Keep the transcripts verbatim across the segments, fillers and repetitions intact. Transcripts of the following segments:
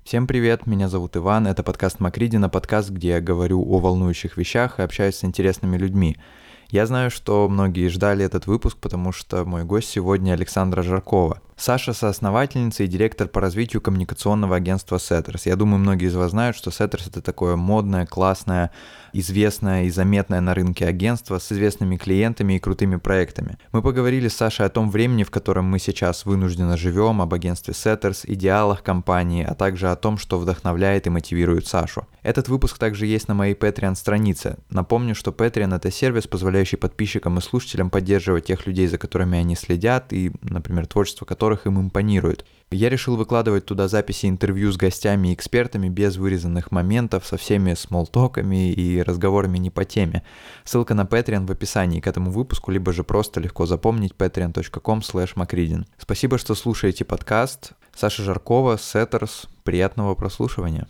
Всем привет, меня зовут Иван, это подкаст Макридина, подкаст, где я говорю о волнующих вещах и общаюсь с интересными людьми. Я знаю, что многие ждали этот выпуск, потому что мой гость сегодня Александра Жаркова. Саша — соосновательница и директор по развитию коммуникационного агентства Setters. Я думаю, многие из вас знают, что Setters — это такое модное, классное, известное и заметное на рынке агентство с известными клиентами и крутыми проектами. Мы поговорили с Сашей о том времени, в котором мы сейчас вынужденно живем, об агентстве Setters, идеалах компании, а также о том, что вдохновляет и мотивирует Сашу. Этот выпуск также есть на моей Patreon-странице. Напомню, что Patreon — это сервис, позволяющий подписчикам и слушателям поддерживать тех людей, за которыми они следят, и, например, творчество которых им импонирует. Я решил выкладывать туда записи интервью с гостями и экспертами без вырезанных моментов, со всеми смолтоками и разговорами не по теме. Ссылка на Patreon в описании к этому выпуску, либо же просто легко запомнить patreon точка com слэш макридин. Спасибо, что слушаете подкаст. Саша Жаркова, Setters. Приятного прослушивания.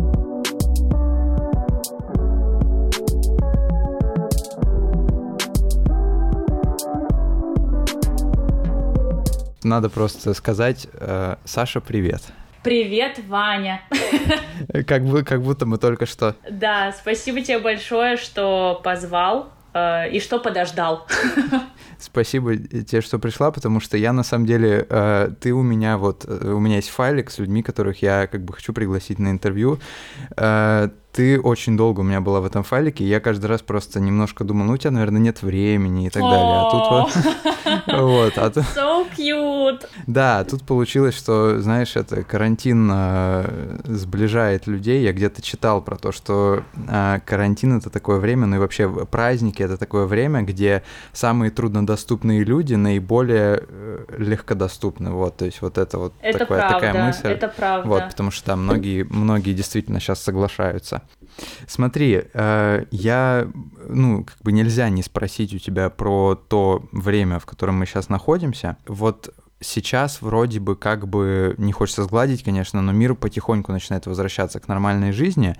Надо просто сказать, э, Саша, привет. Привет, Ваня. Как, бы, как будто мы только что... Да, спасибо тебе большое, что позвал э, и что подождал. Спасибо тебе, что пришла, потому что я на самом деле... Э, ты у меня вот... У меня есть файлик с людьми, которых я как бы хочу пригласить на интервью. Э, Ты очень долго у меня была в этом файлике, и я каждый раз просто немножко думал, ну, у тебя, наверное, нет времени и так далее. А тут вот... вот, а тут... So cute! Да, тут получилось, что, знаешь, это карантин э, сближает людей. Я где-то читал про то, что э, карантин — это такое время, ну и вообще праздники — это такое время, где самые труднодоступные люди наиболее э, легкодоступны. Вот, то есть вот это вот это такое, правда, такая мысль. Это правда. Вот, потому что да, многие, многие действительно сейчас соглашаются. Смотри, э, я, ну, как бы нельзя не спросить у тебя про то время, в котором мы сейчас находимся. Вот сейчас вроде бы как бы, не хочется сгладить, конечно, но мир потихоньку начинает возвращаться к нормальной жизни,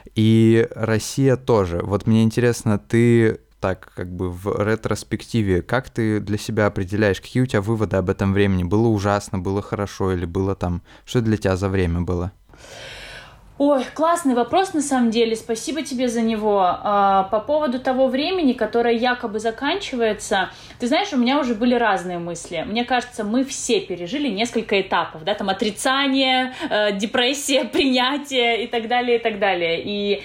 и Россия тоже. Вот мне интересно, ты так как бы в ретроспективе, как ты для себя определяешь, какие у тебя выводы об этом времени? Было ужасно, было хорошо или было там... Что для тебя за время было? Ой, классный вопрос на самом деле, спасибо тебе за него. А, по поводу того времени, которое якобы заканчивается, ты знаешь, у меня уже были разные мысли. Мне кажется, мы все пережили несколько этапов, да, там отрицание, э, депрессия, принятие и так далее, и так далее. И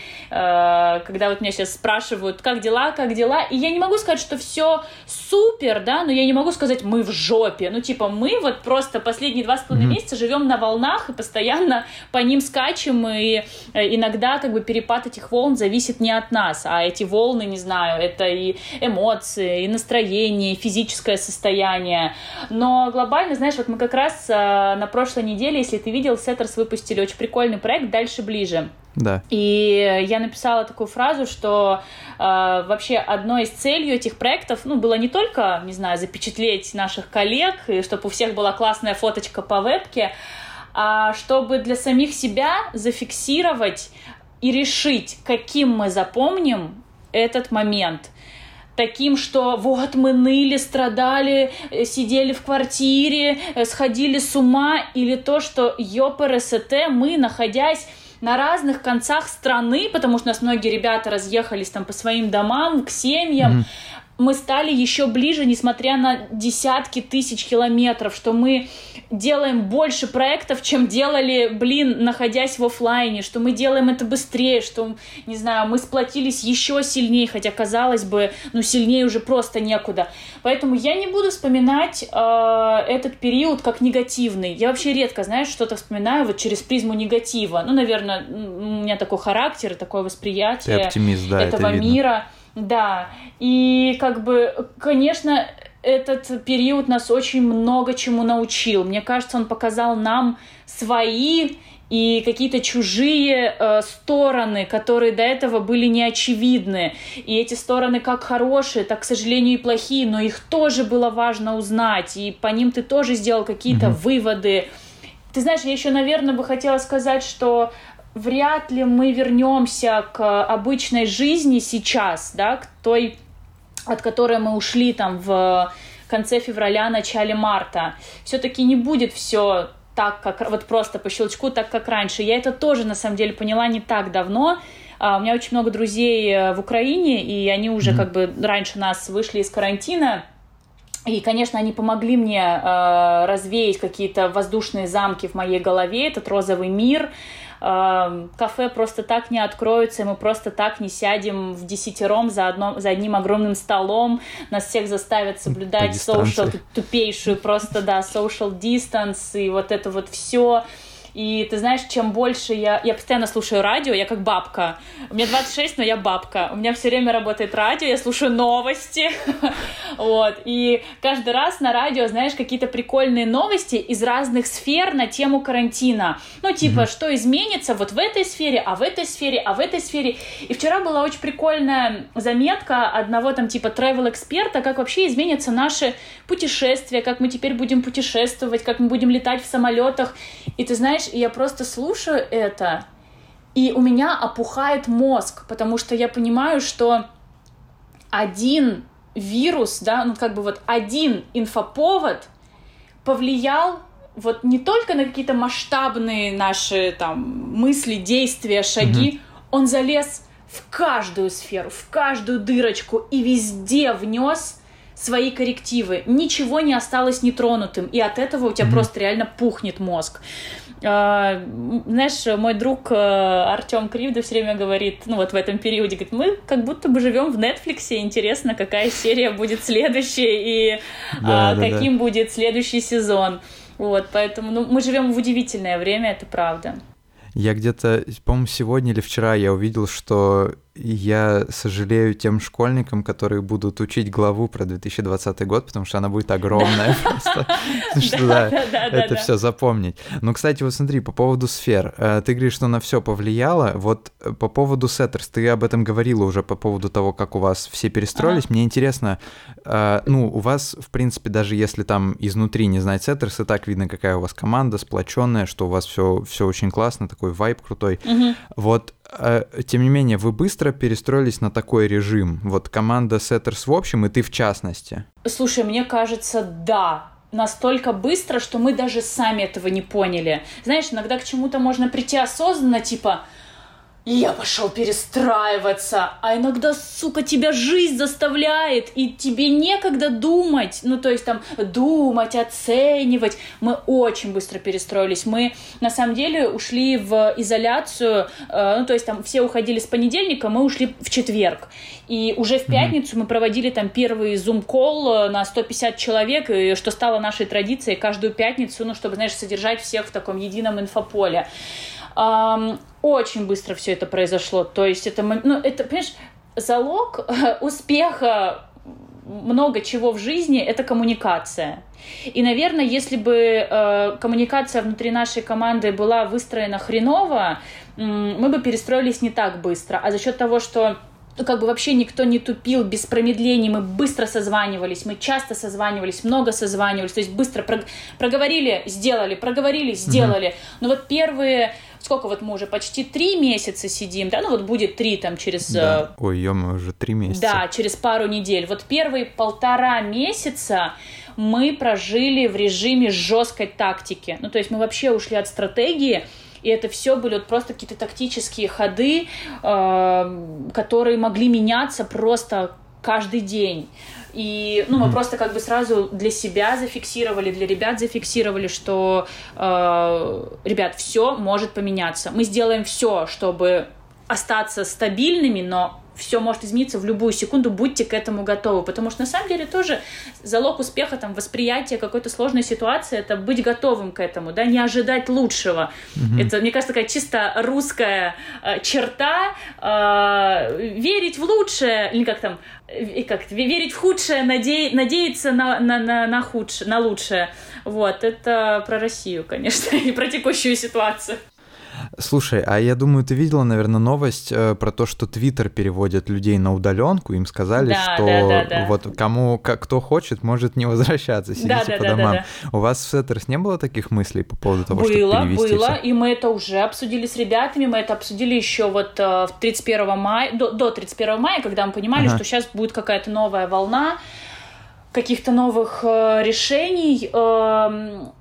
э, когда вот меня сейчас спрашивают, как дела, как дела, и я не могу сказать, что все супер, да, но я не могу сказать, мы в жопе. Ну, типа, мы вот просто последние два с половиной mm-hmm. месяца живем на волнах и постоянно по ним скачем, и И иногда как бы перепад этих волн зависит не от нас, а эти волны, не знаю, это и эмоции, и настроение, и физическое состояние. Но глобально, знаешь, вот мы как раз на прошлой неделе, если ты видел, Setters выпустили очень прикольный проект «Дальше ближе». Да. И я написала такую фразу, что э, вообще одной из целей этих проектов, ну, было не только, не знаю, запечатлеть наших коллег, и чтобы у всех была классная фоточка по вебке, а чтобы для самих себя зафиксировать и решить, каким мы запомним этот момент. Таким, что вот мы ныли, страдали, сидели в квартире, сходили с ума, или то, что ёпрст, мы, находясь на разных концах страны, потому что у нас многие ребята разъехались там по своим домам, к семьям, mm-hmm. мы стали еще ближе, несмотря на десятки тысяч километров, что мы делаем больше проектов, чем делали, блин, находясь в офлайне, что мы делаем это быстрее, что, не знаю, мы сплотились еще сильнее, хотя, казалось бы, ну, сильнее уже просто некуда. Поэтому я не буду вспоминать э, этот период как негативный. Я вообще редко, знаешь, что-то вспоминаю вот через призму негатива. Ну, наверное, у меня такой характер, такое восприятие Ты оптимист, да, этого это мира. Да, и как бы, конечно, этот период нас очень много чему научил. Мне кажется, он показал нам свои и какие-то чужие э, стороны, которые до этого были неочевидны. И эти стороны как хорошие, так, к сожалению, и плохие, но их тоже было важно узнать, и по ним ты тоже сделал какие-то mm-hmm. выводы. Ты знаешь, я еще, наверное, бы хотела сказать, что вряд ли мы вернемся к обычной жизни сейчас, да, к той, от которой мы ушли там в конце февраля, начале марта. Все-таки не будет все так, как вот просто по щелчку, так, как раньше. Я это тоже, на самом деле, поняла не так давно. Uh, у меня очень много друзей uh, в Украине, и они уже mm-hmm. как бы раньше нас вышли из карантина. И, конечно, они помогли мне uh, развеять какие-то воздушные замки в моей голове, этот розовый мир. Uh, кафе просто так не откроется, и мы просто так не сядем в десятером за, одно, за одним огромным столом. Нас всех заставят соблюдать social, тупейшую просто, да, social distance, и вот это вот все. И ты знаешь, чем больше я... Я постоянно слушаю радио, я как бабка. У меня двадцать шесть, но я бабка. У меня все время работает радио, я слушаю новости. Вот. И каждый раз на радио, знаешь, какие-то прикольные новости из разных сфер на тему карантина. Ну, типа, mm-hmm. что изменится вот в этой сфере, а в этой сфере, а в этой сфере. И вчера была очень прикольная заметка одного там типа travel-эксперта, как вообще изменятся наши путешествия, как мы теперь будем путешествовать, как мы будем летать в самолетах. И ты знаешь, и я просто слушаю это, и у меня опухает мозг, потому что я понимаю, что один вирус, да, ну как бы вот один инфоповод повлиял вот не только на какие-то масштабные наши там мысли, действия, шаги, mm-hmm. он залез в каждую сферу, в каждую дырочку и везде внес свои коррективы. Ничего не осталось нетронутым, и от этого у тебя mm-hmm. просто реально пухнет мозг. Uh, знаешь, мой друг uh, Артем Кривдов все время говорит, ну вот в этом периоде, говорит, мы как будто бы живем в Netflix, интересно, какая серия будет следующая и да, uh, да, каким да. будет следующий сезон. Вот, поэтому ну, мы живем в удивительное время, это правда. Я где-то, по-моему, сегодня или вчера я увидел, что я сожалею тем школьникам, которые будут учить главу про две тысячи двадцатый год, потому что она будет огромная просто. Что да, это все запомнить. Но, кстати, вот смотри, по поводу сфер. Ты говоришь, что на все повлияло. Вот по поводу Setters, ты об этом говорила уже по поводу того, как у вас все перестроились. Мне интересно, ну, у вас, в принципе, даже если там изнутри не знать Setters, и так видно, какая у вас команда сплоченная, что у вас все все очень классно, такой вайб крутой. Вот, тем не менее, вы быстро перестроились на такой режим? Вот команда Setters в общем, и ты в частности. Слушай, мне кажется, да. Настолько быстро, что мы даже сами этого не поняли. Знаешь, иногда к чему-то можно прийти осознанно, типа... Я пошел перестраиваться, а иногда, сука, тебя жизнь заставляет, и тебе некогда думать, ну, то есть там думать, оценивать. Мы очень быстро перестроились, мы, на самом деле, ушли в изоляцию, э, ну, то есть там все уходили с понедельника, мы ушли в четверг, и уже в пятницу mm-hmm. мы проводили там первый зум-колл на сто пятьдесят человек, и, что стало нашей традицией каждую пятницу, ну, чтобы, знаешь, содержать всех в таком едином инфополе. Um, очень быстро все это произошло. То есть это, ну, это, понимаешь, залог успеха много чего в жизни — это коммуникация. И, наверное, если бы э, коммуникация внутри нашей команды была выстроена хреново, э, мы бы перестроились не так быстро. А за счет того, что ну, как бы вообще никто не тупил, без промедлений, мы быстро созванивались, мы часто созванивались, много созванивались, то есть быстро прог- проговорили, сделали, проговорили, сделали. Mm-hmm. Но вот первые, сколько вот мы уже почти три месяца сидим, да, ну вот будет три там через... Да. Ой, ё-моё, уже три месяца. Да, через пару недель. Вот первые полтора месяца мы прожили в режиме жесткой тактики. Ну, то есть мы вообще ушли от стратегии, и это все были вот просто какие-то тактические ходы, э, которые могли меняться просто каждый день. И ну, мы mm-hmm. просто как бы сразу для себя зафиксировали, для ребят зафиксировали, что, э, ребят, все может поменяться. Мы сделаем все, чтобы остаться стабильными, но все может измениться в любую секунду, будьте к этому готовы. Потому что на самом деле тоже залог успеха, там, восприятия какой-то сложной ситуации — это быть готовым к этому, да, не ожидать лучшего. Mm-hmm. Это, мне кажется, такая чисто русская э, черта, э, верить в лучшее, или как там, и как верить в худшее, наде... надеяться на, на, на, на, худшее, на лучшее. Вот, это про Россию, конечно, и про текущую ситуацию. Слушай, а я думаю, ты видела, наверное, новость э, про то, что Твиттер переводит людей на удаленку. Им сказали, да, что да, да, да. вот кому, как, кто хочет, может не возвращаться, сидите да, да, по да, домам. Да, да. У вас в Setters не было таких мыслей по поводу того, было, чтобы перевести Было, было, все? и мы это уже обсудили с ребятами, мы это обсудили еще вот э, тридцать первого мая, до, до тридцать первого мая, когда мы понимали, ага. что сейчас будет какая-то новая волна каких-то новых э, решений. Э,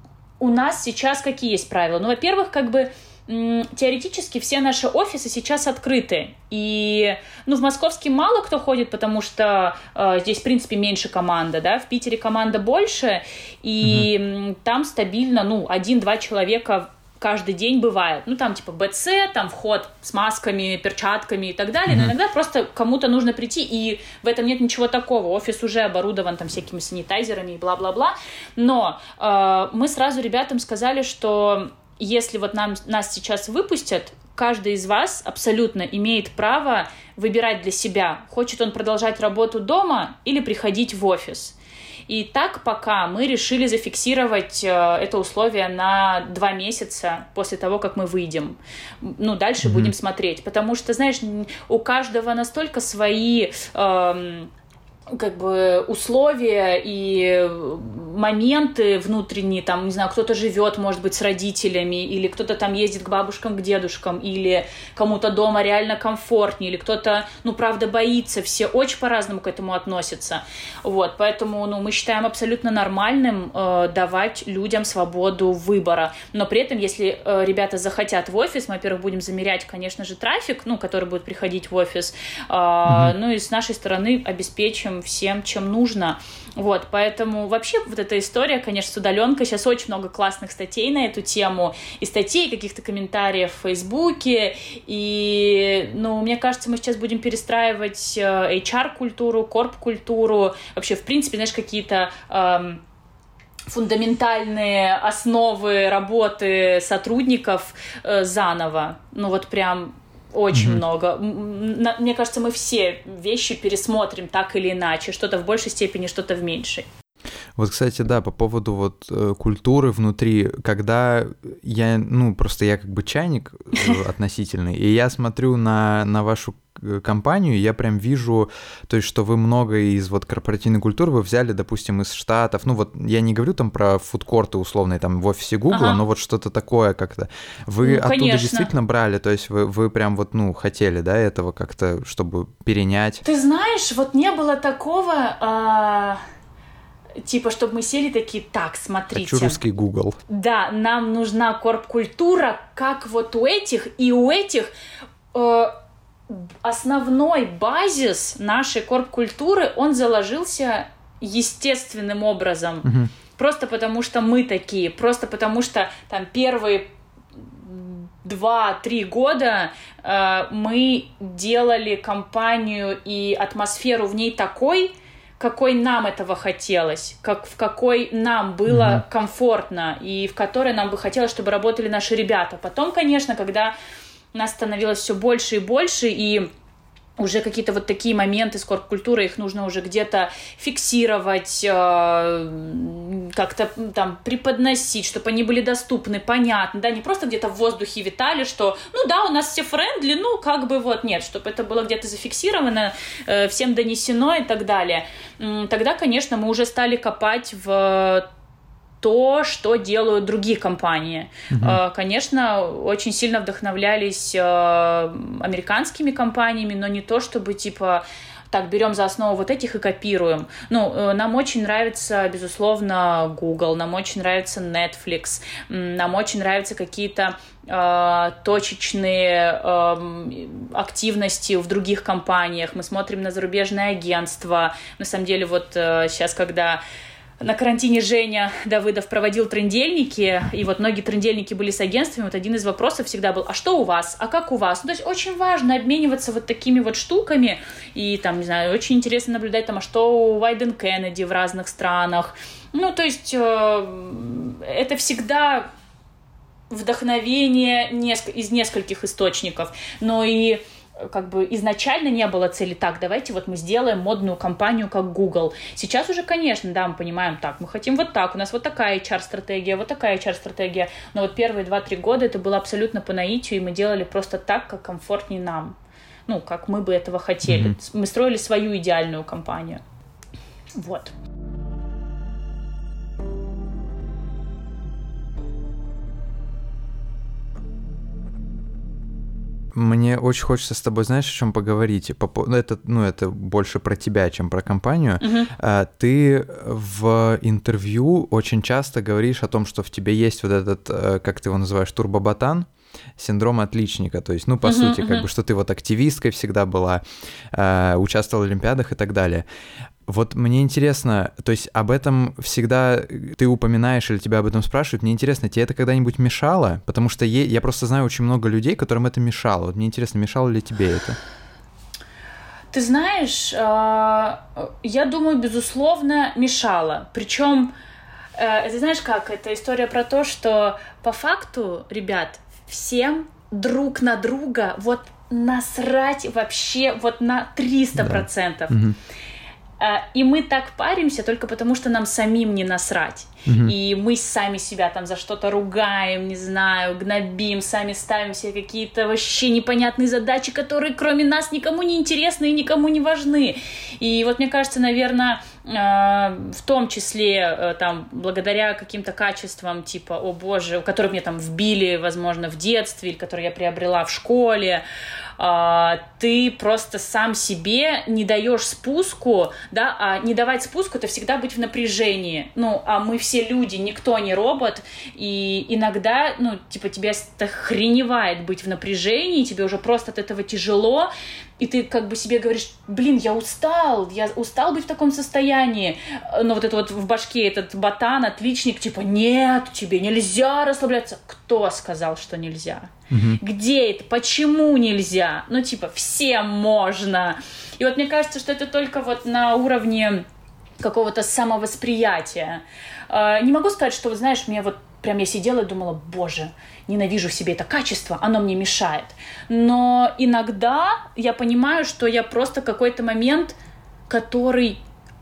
у нас сейчас какие есть правила? Ну, во-первых, как бы теоретически все наши офисы сейчас открыты. И, ну, в Московске мало кто ходит, потому что э, здесь, в принципе, меньше команда, да, в Питере команда больше, и mm-hmm. там стабильно, ну, один-два человека каждый день бывает. Ну, там, типа, БЦ, там вход с масками, перчатками и так далее, mm-hmm. но иногда просто кому-то нужно прийти, и в этом нет ничего такого. Офис уже оборудован там всякими санитайзерами и бла-бла-бла. Но э, мы сразу ребятам сказали, что если вот нам, нас сейчас выпустят, каждый из вас абсолютно имеет право выбирать для себя, хочет он продолжать работу дома или приходить в офис. И так пока мы решили зафиксировать э, это условие на два месяца после того, как мы выйдем. Ну, дальше mm-hmm. будем смотреть. Потому что, знаешь, у каждого настолько свои... Э, как бы условия и моменты внутренние, там, не знаю, кто-то живет, может быть, с родителями, или кто-то там ездит к бабушкам, к дедушкам, или кому-то дома реально комфортнее, или кто-то, ну, правда, боится, все очень по-разному к этому относятся, вот, поэтому, ну, мы считаем абсолютно нормальным э, давать людям свободу выбора, но при этом, если э, ребята захотят в офис, мы, во-первых, будем замерять, конечно же, трафик, ну, который будет приходить в офис, э, mm-hmm. ну, и с нашей стороны обеспечим всем, чем нужно. Вот, поэтому вообще вот эта история, конечно, с удаленкой, сейчас очень много классных статей на эту тему, и статей, каких-то комментариев в Фейсбуке, и, ну, мне кажется, мы сейчас будем перестраивать эйч ар-культуру, корп-культуру, вообще, в принципе, знаешь, какие-то... Эм, фундаментальные основы работы сотрудников э, заново. Ну, вот прям очень mm-hmm. много. Мне кажется, мы все вещи пересмотрим так или иначе. Что-то в большей степени, что-то в меньшей. Вот, кстати, да, по поводу вот э, культуры внутри, когда я, ну, просто я как бы чайник э, относительный, и я смотрю на, на вашу компанию, я прям вижу, то есть, что вы много из вот корпоративной культуры вы взяли, допустим, из Штатов, ну вот я не говорю там про фудкорты условные там в офисе Гугла, ага. но вот что-то такое как-то. Вы ну, оттуда конечно. Действительно брали, то есть вы, вы прям вот, ну, хотели, да, этого как-то, чтобы перенять? Ты знаешь, вот не было такого... А... Типа, чтобы мы сели такие, так, смотрите. Хочу русский Google. Да, нам нужна корп-культура, как вот у этих, и у этих э, основной базис нашей корп-культуры, он заложился естественным образом. Угу. Просто потому, что мы такие, просто потому, что там первые два-три года э, мы делали компанию и атмосферу в ней такой, какой нам этого хотелось, как, в какой нам было mm-hmm. комфортно и в которой нам бы хотелось, чтобы работали наши ребята. Потом, конечно, когда нас становилось все больше и больше, и уже какие-то вот такие моменты с корп-культурой, их нужно уже где-то фиксировать, э, как-то там преподносить, чтобы они были доступны, понятны, да, не просто где-то в воздухе витали, что, ну да, у нас все френдли, ну как бы вот, нет, чтобы это было где-то зафиксировано, э, всем донесено и так далее. Тогда, конечно, мы уже стали копать в то, что делают другие компании. Uh-huh. Конечно, очень сильно вдохновлялись американскими компаниями, но не то, чтобы, типа, так, берем за основу вот этих и копируем. Ну, нам очень нравится, безусловно, Google, нам очень нравится Netflix, нам очень нравятся какие-то э, точечные э, активности в других компаниях. Мы смотрим на зарубежные агентства. На самом деле, вот э, сейчас, когда на карантине Женя Давыдов проводил трендельники, и вот многие трендельники были с агентствами, вот один из вопросов всегда был: а что у вас? А как у вас? Ну, то есть очень важно обмениваться вот такими вот штуками, и там, не знаю, очень интересно наблюдать там, а что у Вайден Кеннеди в разных странах. Ну, то есть э, это всегда вдохновение неск- из нескольких источников, но и как бы изначально не было цели, так, давайте вот мы сделаем модную компанию, как Google. Сейчас уже, конечно, да, мы понимаем, так, мы хотим вот так, у нас вот такая эйч ар-стратегия, вот такая эйч ар-стратегия, но вот первые два-три года это было абсолютно по наитию, и мы делали просто так, как комфортнее нам, ну, как мы бы этого хотели. Mm-hmm. Мы строили свою идеальную компанию. Вот. Мне очень хочется с тобой, знаешь, о чем поговорить. Это, ну, это больше про тебя, чем про компанию. Uh-huh. Ты в интервью очень часто говоришь о том, что в тебе есть вот этот, как ты его называешь, турбоботан, синдром отличника, то есть, ну, по uh-huh, сути, uh-huh. как бы, что ты вот активисткой всегда была, э, участвовала в олимпиадах и так далее. Вот мне интересно, то есть об этом всегда ты упоминаешь или тебя об этом спрашивают, мне интересно, тебе это когда-нибудь мешало? Потому что е- я просто знаю очень много людей, которым это мешало. Вот мне интересно, мешало ли тебе это? Ты знаешь, э, я думаю, безусловно, мешало. Причем, э, ты знаешь как, это история про то, что по факту, ребят, всем друг на друга вот насрать вообще вот на триста процентов. Да. Угу. И мы так паримся только потому, что нам самим не насрать. Uh-huh. И мы сами себя там за что-то ругаем, не знаю, гнобим, сами ставим себе какие-то вообще непонятные задачи, которые кроме нас никому не интересны и никому не важны. И вот мне кажется, наверное, в том числе там, благодаря каким-то качествам типа, о боже, которые мне там вбили, возможно, в детстве, или которые я приобрела в школе, ты просто сам себе не даешь спуску, да, а не давать спуску — это всегда быть в напряжении. Ну, а мы все люди, никто не робот, и иногда, ну, типа, тебе охреневает быть в напряжении, тебе уже просто от этого тяжело, и ты как бы себе говоришь, блин, я устал, я устал быть в таком состоянии. Но вот это вот в башке этот ботан, отличник, типа, нет, тебе нельзя расслабляться. Кто сказал, что нельзя? Угу. Где это? Почему нельзя? Ну, типа, всем можно. И вот мне кажется, что это только вот на уровне какого-то самовосприятия. Не могу сказать, что, вот знаешь, мне вот прям я сидела и думала, боже, ненавижу в себе это качество, оно мне мешает. Но иногда я понимаю, что я просто какой-то момент, который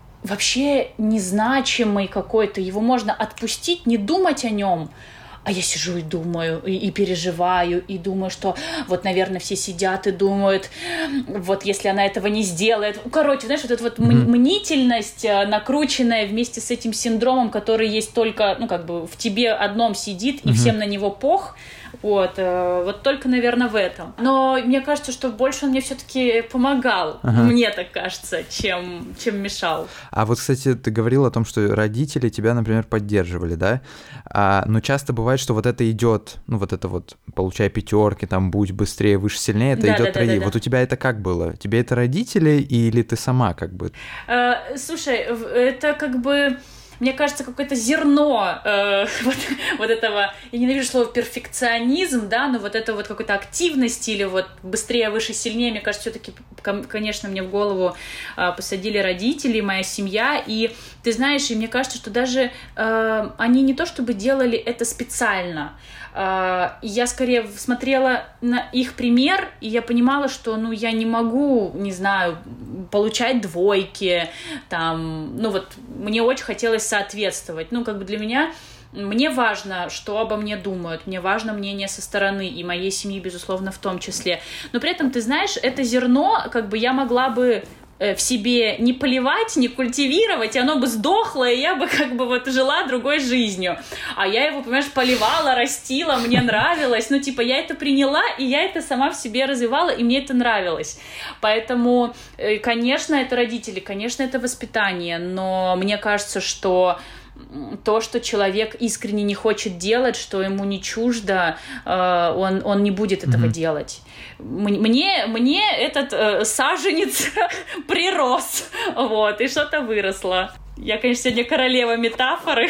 вообще незначимый какой-то, его можно отпустить, не думать о нем. А я сижу и думаю, и, и переживаю, и думаю, что вот, наверное, все сидят и думают, вот если она этого не сделает. Короче, знаешь, вот эта вот mm-hmm. мнительность, накрученная вместе с этим синдромом, который есть только, ну, как бы в тебе одном сидит, и mm-hmm. всем на него пох. Вот, вот только, наверное, в этом. Но мне кажется, что больше он мне все-таки помогал, ага. мне так кажется, чем, чем мешал. А вот, кстати, ты говорила о том, что родители тебя, например, поддерживали, да? А, но часто бывает, что вот это идет, ну вот это вот, получай пятерки, там, будь быстрее, выше, сильнее, это да, идет да, да, да, да. Вот у тебя это как было? Тебе это родители или ты сама как бы? А, слушай, это как бы... Мне кажется, какое-то зерно э, вот, вот этого, я ненавижу слово перфекционизм, да, но вот это вот какой-то активности или вот быстрее, выше, сильнее, мне кажется, все-таки, конечно, мне в голову э, посадили родители, моя семья, и ты знаешь, и мне кажется, что даже э, они не то чтобы делали это специально, Uh, я скорее смотрела на их пример, и я понимала, что, ну, я не могу, не знаю, получать двойки, там, ну, вот, мне очень хотелось соответствовать, ну, как бы для меня, мне важно, что обо мне думают, мне важно мнение со стороны, и моей семьи, безусловно, в том числе, но при этом, ты знаешь, это зерно, как бы я могла бы в себе не поливать, не культивировать, и оно бы сдохло, и я бы как бы вот жила другой жизнью. А я его, понимаешь, поливала, растила, мне нравилось. Ну, типа, я это приняла, и я это сама в себе развивала, и мне это нравилось. Поэтому, конечно, это родители, конечно, это воспитание, но мне кажется, что то, что человек искренне не хочет делать, что ему не чуждо, он, он не будет этого mm-hmm. делать. Мне, мне этот э, саженец прирос, вот, и что-то выросло. Я, конечно, сегодня королева метафоры.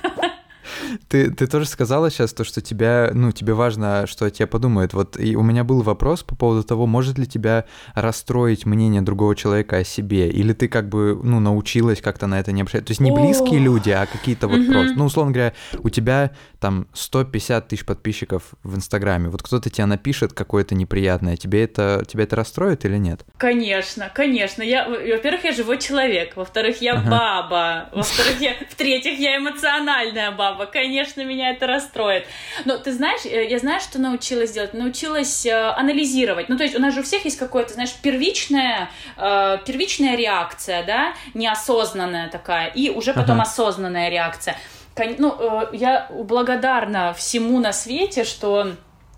Ты, ты тоже сказала сейчас то, что тебя, ну, тебе важно, что о тебе подумают. Вот и у меня был вопрос по поводу того, может ли тебя расстроить мнение другого человека о себе, или ты как бы, ну, научилась как-то на это не обращать. То есть не близкие люди, а какие-то вот просто. Ну, условно говоря, у тебя там сто пятьдесят тысяч подписчиков в Инстаграме. Вот кто-то тебе напишет какое-то неприятное, тебе это, тебя это расстроит или нет? Конечно, конечно. Я, во-первых, я живой человек, во-вторых, я ага. баба, во-вторых, я, в-третьих, я эмоциональная баба. Конечно, меня это расстроит. Но ты знаешь, я знаю, что научилась делать. Научилась э, анализировать. Ну, то есть у нас же у всех есть какое-то, знаешь, первичная, э, первичная реакция, да, неосознанная такая, и уже потом ага. осознанная реакция. Ну, э, я благодарна всему на свете, что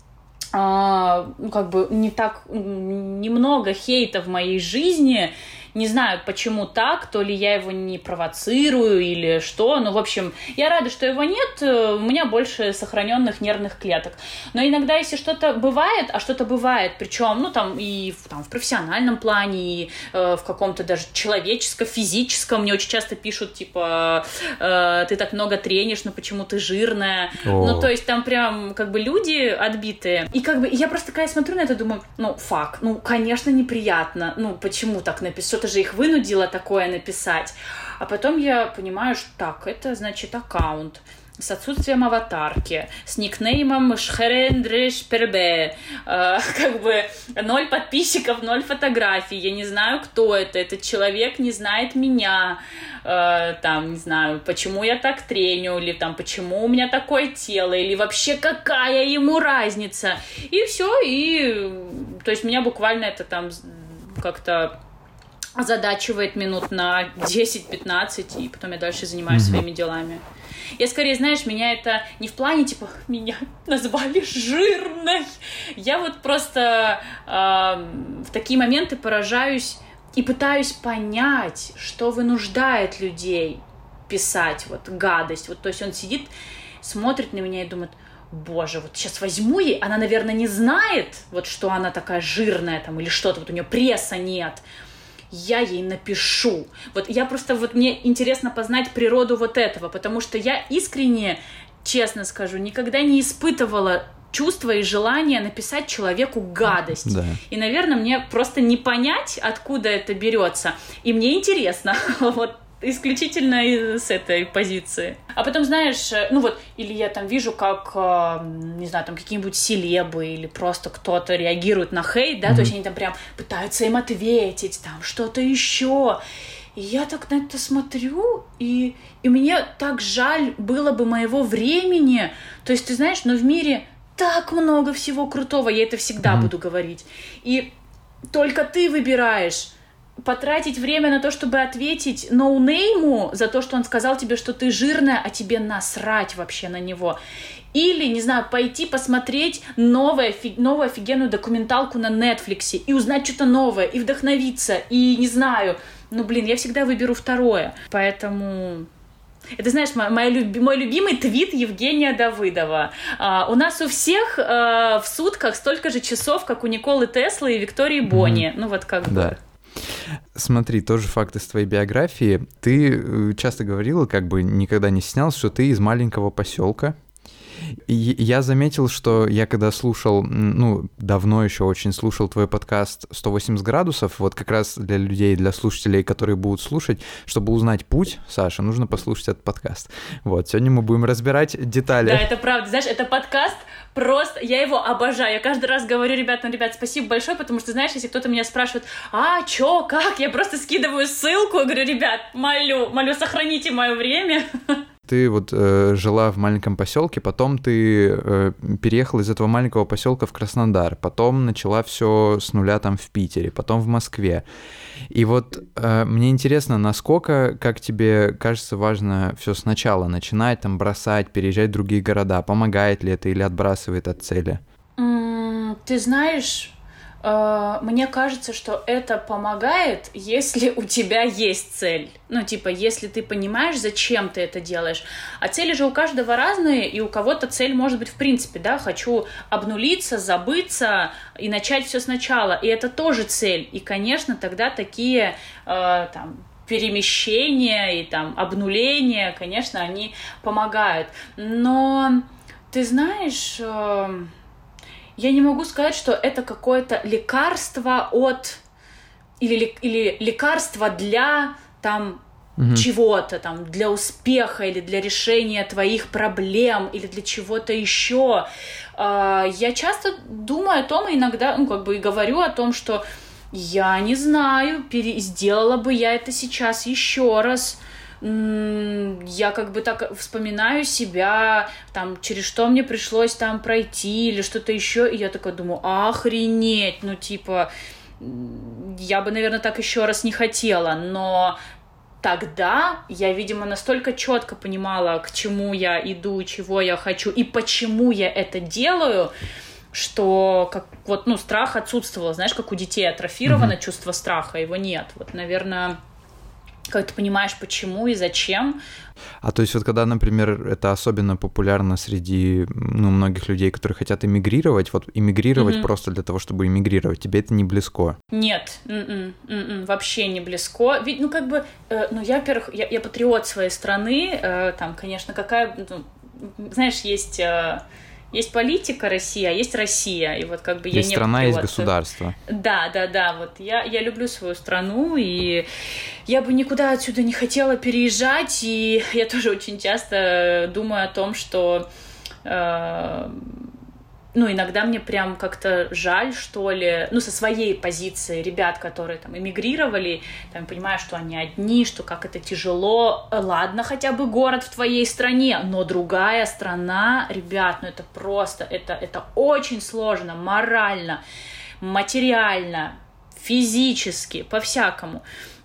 а, ну, как бы не так, немного хейта в моей жизни. Не знаю, почему так, то ли я его не провоцирую или что, но, в общем, я рада, что его нет, у меня больше сохраненных нервных клеток. Но иногда, если что-то бывает, а что-то бывает, причем, ну, там, и в, там, в профессиональном плане, и э, в каком-то даже человеческом, физическом, мне очень часто пишут, типа, э, ты так много тренишь, но почему ты жирная? О. Ну, то есть там прям, как бы, люди отбитые. И, как бы, я просто такая смотрю на это, думаю, ну, фак, ну, конечно, неприятно, ну, почему так написать? Что-то же их вынудило такое написать. А потом я понимаю, что так, это, значит, аккаунт с отсутствием аватарки, с никнеймом Шхерендреш-Пербе, э, как бы ноль подписчиков, ноль фотографий, я не знаю, кто это, этот человек не знает меня, э, там, не знаю, почему я так треню, или там, почему у меня такое тело, или вообще какая ему разница, и все, и, то есть меня буквально это там как-то озадачивает минут на десять-пятнадцать, и потом я дальше занимаюсь mm-hmm. своими делами. Я скорее, знаешь, меня это не в плане, типа, меня назвали жирной. Я вот просто э, в такие моменты поражаюсь и пытаюсь понять, что вынуждает людей писать вот гадость. Вот, то есть он сидит, смотрит на меня и думает, боже, вот сейчас возьму ей, она, наверное, не знает, вот, что она такая жирная там или что-то, вот у нее пресса нет. Я ей напишу. Вот я просто, вот мне интересно познать природу вот этого, потому что я искренне, честно скажу, никогда не испытывала чувство и желание написать человеку гадость. Да. И, наверное, мне просто не понять, откуда это берется. И мне интересно, вот, исключительно с этой позиции. А потом, знаешь, ну вот, или я там вижу, как, не знаю, там какие-нибудь селебы или просто кто-то реагирует на хейт, да, mm-hmm. то есть они там прям пытаются им ответить, там что-то еще. И я так на это смотрю, и, и мне так жаль было бы моего времени. То есть, ты знаешь, но в мире так много всего крутого, я это всегда mm-hmm. буду говорить. И только ты выбираешь, потратить время на то, чтобы ответить ноунейму за то, что он сказал тебе, что ты жирная, а тебе насрать вообще на него. Или, не знаю, пойти посмотреть новую, новую офигенную документалку на Netflix и узнать что-то новое, и вдохновиться, и, не знаю, ну, блин, я всегда выберу второе. Поэтому... Это, знаешь, мой, мой, мой любимый твит Евгения Давыдова. А, у нас у всех а, в сутках столько же часов, как у Николы Теслы и Виктории Бонни. Mm-hmm. Ну, вот как бы... Да. Смотри, тоже факт из твоей биографии. Ты часто говорила, как бы никогда не стеснялась, что ты из маленького поселка. И я заметил, что я когда слушал, ну, давно еще очень слушал твой подкаст «сто восемьдесят градусов», вот как раз для людей, для слушателей, которые будут слушать, чтобы узнать путь, Саша, нужно послушать этот подкаст. Вот, сегодня мы будем разбирать детали. Да, это правда. Знаешь, это подкаст просто... Я его обожаю. Я каждый раз говорю ребятам, ребят, спасибо большое, потому что, знаешь, если кто-то меня спрашивает, а, чё, как, я просто скидываю ссылку, я говорю, ребят, молю, молю, сохраните мое время. Ты вот э, жила в маленьком поселке, потом ты э, переехала из этого маленького поселка в Краснодар, потом начала все с нуля там в Питере, потом в Москве. И вот э, мне интересно, насколько, как тебе кажется, важно все сначала начинать, там бросать, переезжать в другие города, помогает ли это или отбрасывает от цели? Mm, ты знаешь... Мне кажется, что это помогает, если у тебя есть цель. Ну, типа, если ты понимаешь, зачем ты это делаешь. А цели же у каждого разные, и у кого-то цель может быть в принципе, да, хочу обнулиться, забыться и начать все сначала. И это тоже цель. И, конечно, тогда такие, э, там, перемещения и там обнуления, конечно, они помогают. Но, ты знаешь... Э, Я не могу сказать, что это какое-то лекарство от... Или, или лекарство для там, угу. чего-то, там, для успеха или для решения твоих проблем или для чего-то еще. Я часто думаю о том, и иногда, ну, как бы и говорю о том, что я не знаю, пере... сделала бы я это сейчас еще раз. Я как бы так вспоминаю себя, там, через что мне пришлось там пройти или что-то еще, и я такая думаю, охренеть, ну, типа, я бы, наверное, так еще раз не хотела, но тогда я, видимо, настолько четко понимала, к чему я иду, чего я хочу и почему я это делаю, что как, вот, ну, страх отсутствовал, знаешь, как у детей атрофировано mm-hmm. чувство страха, его нет. Вот, наверное, как ты понимаешь, почему и зачем. А то есть вот когда, например, это особенно популярно среди, ну, многих людей, которые хотят эмигрировать, вот эмигрировать mm-hmm. просто для того, чтобы эмигрировать, тебе это не близко? Нет, м-м, м-м, вообще не близко. Ведь, ну, как бы, э, ну, я, во-первых, я, я патриот своей страны, э, там, конечно, какая, ну, знаешь, есть... Э, Есть политика Россия, а есть Россия, и вот как бы я есть не страна, патриот. есть государство. Да, да, да, вот я, я люблю свою страну, и я бы никуда отсюда не хотела переезжать, и я тоже очень часто думаю о том, что... Э, ну, иногда мне прям как-то жаль, что ли, ну, со своей позиции ребят, которые там эмигрировали, там, понимаю, что они одни, что как это тяжело. Ладно, хотя бы город в твоей стране, но другая страна, ребят, ну, это просто, это, это очень сложно морально, материально, физически, по-всякому.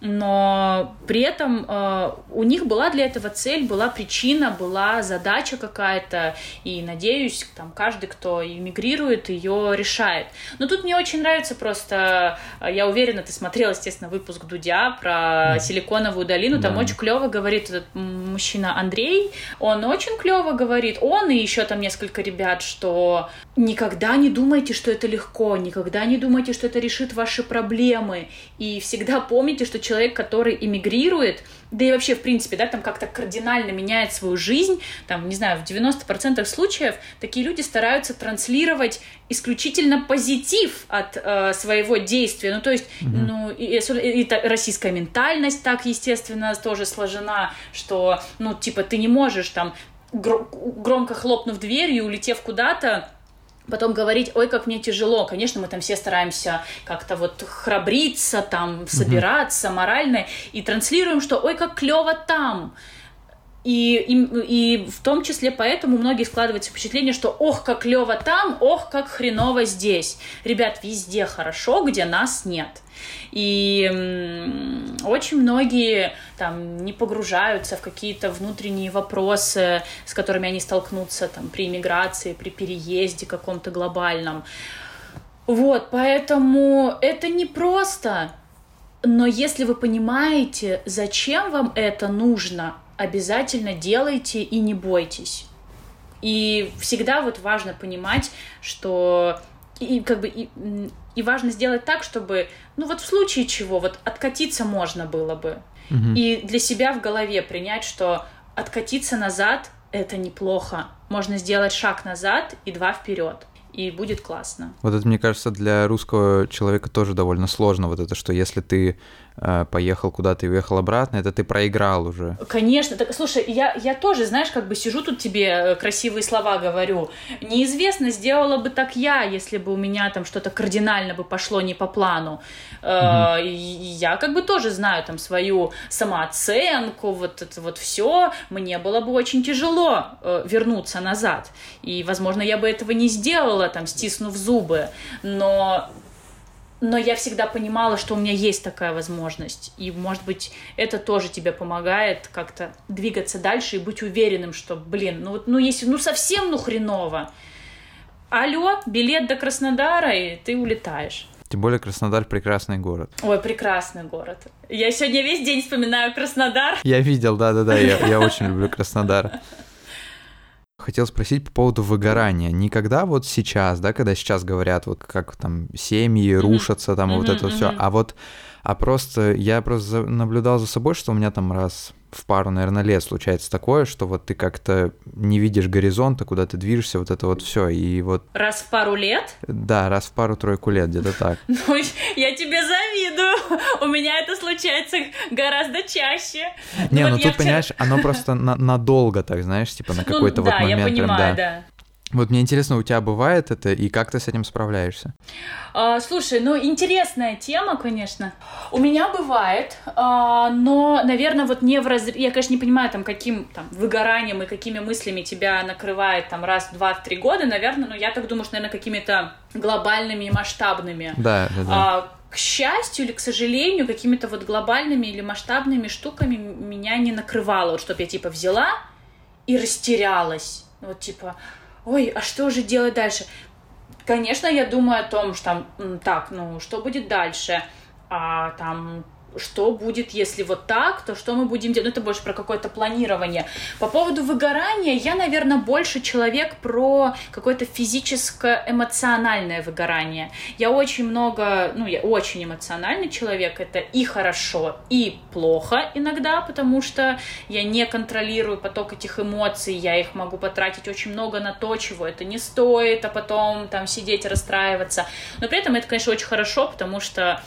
Но при этом э, у них была для этого цель, была причина, была задача какая-то, и, надеюсь, там каждый, кто эмигрирует, ее решает. Но тут мне очень нравится просто, я уверена, ты смотрела, естественно, выпуск Дудя про mm. Силиконовую долину, там да. очень клево говорит этот мужчина Андрей, он очень клево говорит, он и еще там несколько ребят, что никогда не думайте, что это легко, никогда не думайте, что это решит ваши проблемы, и всегда помните, что человек, который эмигрирует, да и вообще, в принципе, да, там как-то кардинально меняет свою жизнь, там, не знаю, в девяноста процентах случаев такие люди стараются транслировать исключительно позитив от э, своего действия. Ну, то есть, mm-hmm. ну, и, и, и российская ментальность так, естественно, тоже сложена, что, ну, типа, ты не можешь там гр- громко хлопнув дверью, улетев куда-то, потом говорить, ой, как мне тяжело. Конечно, мы там все стараемся как-то вот храбриться, там, собираться mm-hmm. морально, и транслируем, что ой, как клево там. И, и, и в том числе поэтому у многих складывается впечатление, что ох, как клево там, ох, как хреново здесь. Ребят, везде хорошо, где нас нет. И м- очень многие там не погружаются в какие-то внутренние вопросы, с которыми они столкнутся там, при иммиграции, при переезде каком-то глобальном. Вот, поэтому это непросто. Но если вы понимаете, зачем вам это нужно, обязательно делайте и не бойтесь. И всегда вот важно понимать, что и как бы и, и важно сделать так, чтобы, ну вот в случае чего, вот откатиться можно было бы. Угу. И для себя в голове принять, что откатиться назад — это неплохо. Можно сделать шаг назад и два вперед. И будет классно. Вот это, мне кажется, для русского человека тоже довольно сложно. Вот это, что если ты э, поехал куда-то и уехал обратно, это ты проиграл уже. Конечно. Так, слушай, я, я тоже, знаешь, как бы сижу тут тебе красивые слова говорю. Неизвестно, сделала бы так я, если бы у меня там что-то кардинально бы пошло не по плану. Э, угу. Я как бы тоже знаю там свою самооценку, вот это вот все. Мне было бы очень тяжело э, вернуться назад. И, возможно, я бы этого не сделала, там, стиснув зубы, но, но я всегда понимала, что у меня есть такая возможность, и, может быть, это тоже тебе помогает как-то двигаться дальше и быть уверенным, что, блин, ну, ну если, ну, совсем, ну, хреново, алло, билет до Краснодара, и ты улетаешь. Тем более Краснодар — прекрасный город. Ой, прекрасный город. Я сегодня весь день вспоминаю Краснодар. Я видел, да-да-да, я, я очень люблю Краснодар. Хотел спросить по поводу выгорания. Никогда вот сейчас, да, когда сейчас говорят, вот как там семьи mm-hmm. рушатся, там mm-hmm, вот это mm-hmm. все, а вот, а просто я просто наблюдал за собой, что у меня там раз в пару, наверное, лет случается такое, что вот ты как-то не видишь горизонта, куда ты движешься, вот это вот все, и вот... Раз в пару лет? Да, раз в пару-тройку лет, где-то так. Ну, я тебе завидую, у меня это случается гораздо чаще. Не, ну тут, понимаешь, оно просто надолго так, знаешь, типа на какой-то вот момент. Да, я понимаю, да. Вот мне интересно, у тебя бывает это, и как ты с этим справляешься? А, слушай, ну, интересная тема, конечно. У меня бывает, а, но, наверное, вот не в разрез... Я, конечно, не понимаю, там, каким там, выгоранием и какими мыслями тебя накрывает там раз, два, три года, наверное, но я так думаю, что, наверное, какими-то глобальными и масштабными. Да, да, да. А, к счастью или к сожалению, какими-то вот глобальными или масштабными штуками меня не накрывало. Вот, чтоб я, типа, взяла и растерялась. Вот, типа... Ой, а что же делать дальше? Конечно, я думаю о том, что там, так, ну, что будет дальше, а там... что будет, если вот так, то что мы будем делать? Ну, это больше про какое-то планирование. По поводу выгорания, я, наверное, больше человек про какое-то физическое, эмоциональное выгорание. Я очень много, ну, я очень эмоциональный человек, это и хорошо, и плохо иногда, потому что я не контролирую поток этих эмоций, я их могу потратить очень много на то, чего это не стоит, а потом там сидеть и расстраиваться. Но при этом это, конечно, очень хорошо, потому что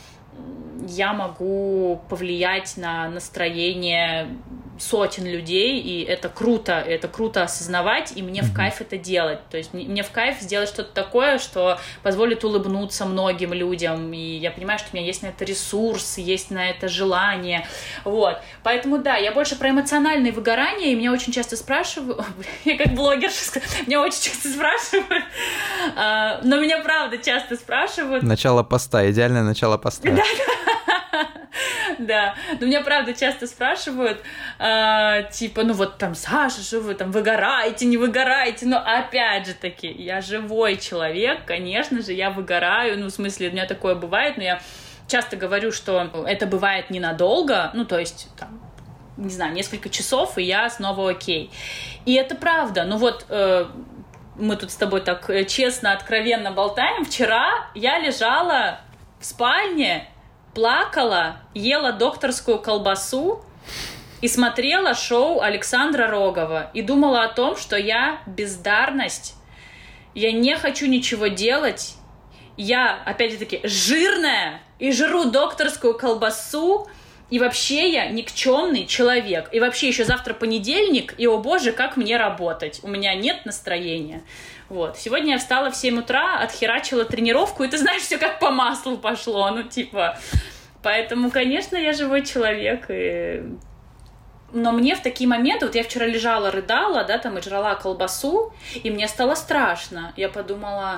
я могу повлиять на настроение сотен людей, и это круто, это круто осознавать, и мне mm-hmm. в кайф это делать. То есть мне, мне в кайф сделать что-то такое, что позволит улыбнуться многим людям, и я понимаю, что у меня есть на это ресурс, есть на это желание, вот. Поэтому, да, я больше про эмоциональное выгорание, и меня очень часто спрашивают, я как блогерша, меня очень часто спрашивают, но меня правда часто спрашивают. Начало поста, идеальное начало поста. Да-да. Да, но меня правда часто спрашивают, э, типа, ну вот там, Саша, что вы там выгораете, не выгораете, но опять же таки, я живой человек, конечно же, я выгораю, ну в смысле, у меня такое бывает, но я часто говорю, что это бывает ненадолго, ну то есть там, не знаю, несколько часов, и я снова окей. И это правда, ну вот... Э, мы тут с тобой так честно, откровенно болтаем. Вчера я лежала в спальне, плакала, ела докторскую колбасу и смотрела шоу Александра Рогова. И думала о том, что я бездарность, я не хочу ничего делать, я, опять же таки, жирная и жру докторскую колбасу, и вообще я никчемный человек. И вообще еще завтра понедельник, и, о боже, как мне работать? У меня нет настроения. Вот. Сегодня я встала в семь утра, отхерачила тренировку, и ты знаешь, все как по маслу пошло. Ну, типа... Поэтому, конечно, я живой человек, и... но мне в такие моменты... Вот я вчера лежала, рыдала, да, там, и жрала колбасу, и мне стало страшно. Я подумала...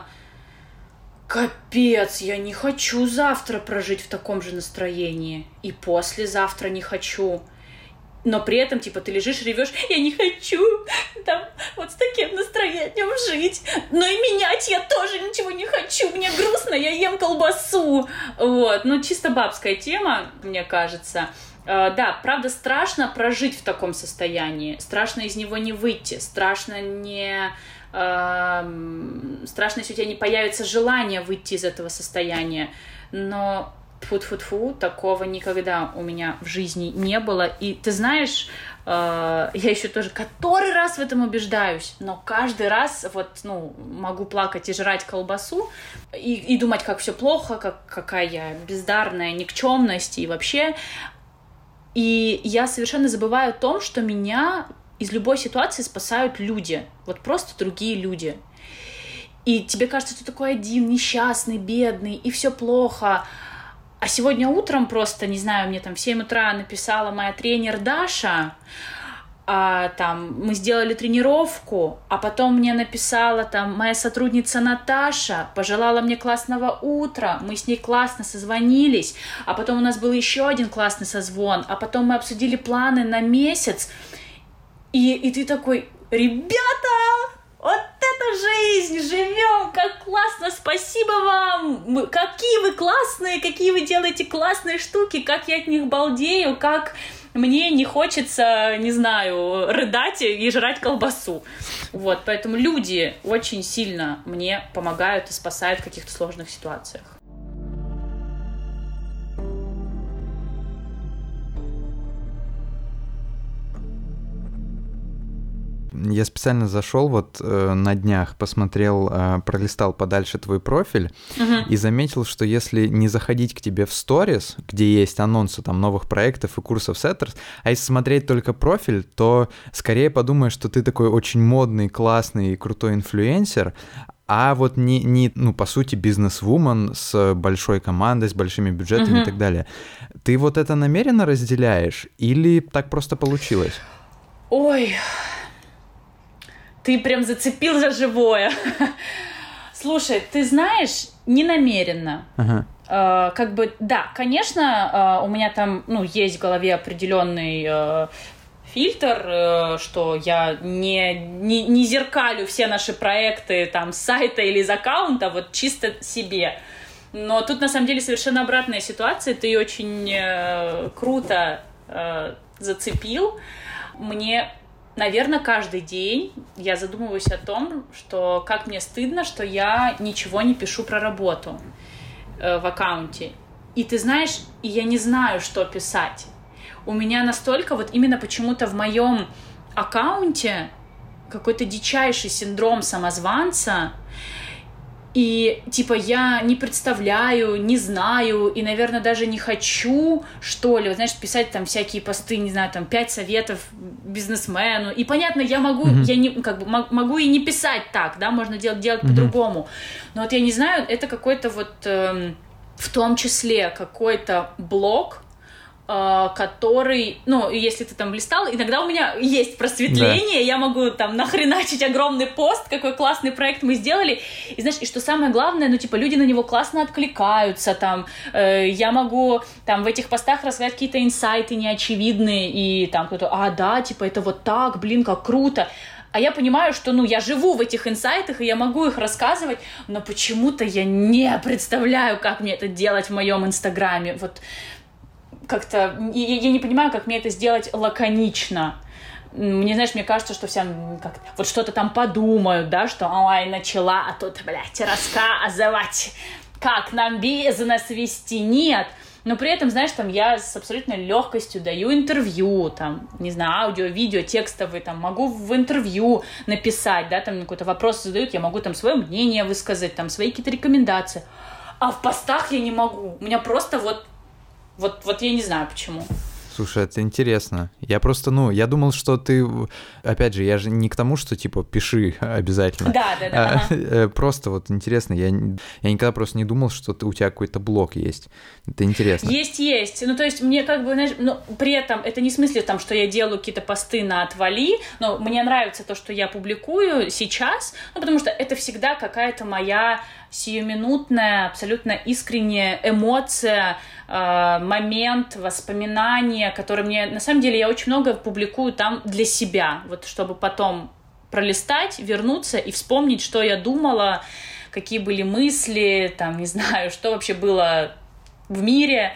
Капец, я не хочу завтра прожить в таком же настроении. И послезавтра не хочу. Но при этом, типа, ты лежишь, ревешь, я не хочу там вот с таким настроением жить. Но и менять я тоже ничего не хочу. Мне грустно, я ем колбасу. Вот, ну, чисто бабская тема, мне кажется. Uh, да, правда, страшно прожить в таком состоянии. Страшно из него не выйти. Страшно не... Страшно, если у тебя не появится желание выйти из этого состояния. Но тьфу-тьфу-тьфу, такого никогда у меня в жизни не было. И ты знаешь, я еще тоже который раз в этом убеждаюсь, но каждый раз вот, ну, могу плакать и жрать колбасу и, и думать, как все плохо, как, какая я бездарная, никчемность и вообще. И я совершенно забываю о том, что меня... из любой ситуации спасают люди. Вот просто другие люди. И тебе кажется, что ты такой один, несчастный, бедный, и все плохо. А сегодня утром просто, не знаю, мне там в семь утра написала моя тренер Даша, а, там, мы сделали тренировку, а потом мне написала там моя сотрудница Наташа, пожелала мне классного утра, мы с ней классно созвонились, а потом у нас был еще один классный созвон, а потом мы обсудили планы на месяц. И, и ты такой, ребята, вот это жизнь, живем, как классно, спасибо вам, какие вы классные, какие вы делаете классные штуки, как я от них балдею, как мне не хочется, не знаю, рыдать и жрать колбасу. Вот, поэтому люди очень сильно мне помогают и спасают в каких-то сложных ситуациях. Я специально зашел вот э, на днях, посмотрел, э, пролистал подальше твой профиль uh-huh. и заметил, что если не заходить к тебе в сторис, где есть анонсы там новых проектов и курсов Setters, а если смотреть только профиль, то скорее подумаешь, что ты такой очень модный, классный и крутой инфлюенсер, а вот не, не ну, по сути, бизнес-вумен с большой командой, с большими бюджетами uh-huh. и так далее. Ты вот это намеренно разделяешь или так просто получилось? Ой... Ты прям зацепил за живое. Слушай, ты знаешь, не намеренно. Ага. Э, как бы, да, конечно, э, у меня там, ну, есть в голове определенный э, фильтр, что я не, не, не зеркалю все наши проекты там с сайта или из аккаунта, вот чисто себе. Но тут на самом деле совершенно обратная ситуация, ты очень э, круто э, зацепил. Мне, наверное, каждый день я задумываюсь о том, что как мне стыдно, что я ничего не пишу про работу э, в аккаунте. И ты знаешь, я не знаю, что писать. У меня настолько вот именно почему-то в моем аккаунте какой-то дичайший синдром самозванца, и типа я не представляю, не знаю, и, наверное, даже не хочу, что ли, вот, знаешь, писать там всякие посты, не знаю, там, пять советов бизнесмену, и, понятно, я могу, mm-hmm. я не, как бы, могу и не писать так, да, можно делать, делать mm-hmm. по-другому, но вот я не знаю, это какой-то вот, э, в том числе какой-то блок, который, ну, если ты там листал, иногда у меня есть просветление, да. Я могу там нахреначить огромный пост, какой классный проект мы сделали, и знаешь, и что самое главное, ну, типа, люди на него классно откликаются, там, э, я могу там в этих постах рассказать какие-то инсайты неочевидные, и там кто-то, а, да, типа, это вот так, блин, как круто. А я понимаю, что, ну, я живу в этих инсайтах, и я могу их рассказывать, но почему-то я не представляю, как мне это делать в моем инстаграме, вот. Как-то, я, я не понимаю, как мне это сделать лаконично. Мне, знаешь, мне кажется, что все как, вот что-то там подумают, да, что ой, начала, а тут, блядь, рассказывать, как нам бизнес вести. Нет. Но при этом, знаешь, там я с абсолютной легкостью даю интервью, там, не знаю, аудио, видео, текстовые, там, могу в интервью написать, да, там какой-то вопрос задают, я могу там свое мнение высказать, там, свои какие-то рекомендации. А в постах я не могу. У меня просто вот Вот, вот я не знаю, почему. Слушай, это интересно. Я просто, ну, я думал, что ты... Опять же, я же не к тому, что, типа, пиши обязательно. Да, да, да. А, ага. Просто вот интересно. Я, я никогда просто не думал, что ты, у тебя какой-то блок есть. Это интересно. Есть, есть. Ну, то есть мне как бы, знаешь, ну, при этом это не в смысле, там, что я делаю какие-то посты на отвали, но мне нравится то, что я публикую сейчас, ну, потому что это всегда какая-то моя сиюминутная, абсолютно искренняя эмоция, э, момент, воспоминания, которые мне... На самом деле я очень много публикую там для себя, вот чтобы потом пролистать, вернуться и вспомнить, что я думала, какие были мысли, там, не знаю, что вообще было в мире,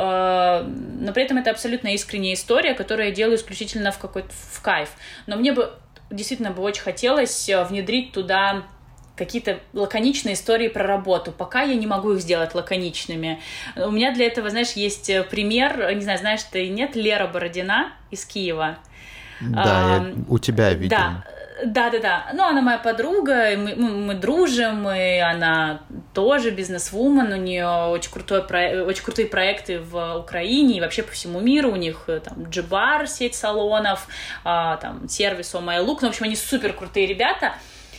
э, но при этом это абсолютно искренняя история, которую я делаю исключительно в какой-то в кайф. Но мне бы действительно бы очень хотелось внедрить туда какие-то лаконичные истории про работу. Пока я не могу их сделать лаконичными. У меня для этого, знаешь, есть пример, не знаю, знаешь ты, нет, Лера Бородина из Киева. Да, а, я у тебя видел. Да. Да-да-да, ну, она моя подруга, мы, мы, мы дружим, и она тоже бизнес-вумен, у нее очень, крутой про... очень крутые проекты в Украине и вообще по всему миру, у них там Джибар, сеть салонов, а, там сервис Oh My Look, ну, в общем, они супер крутые ребята.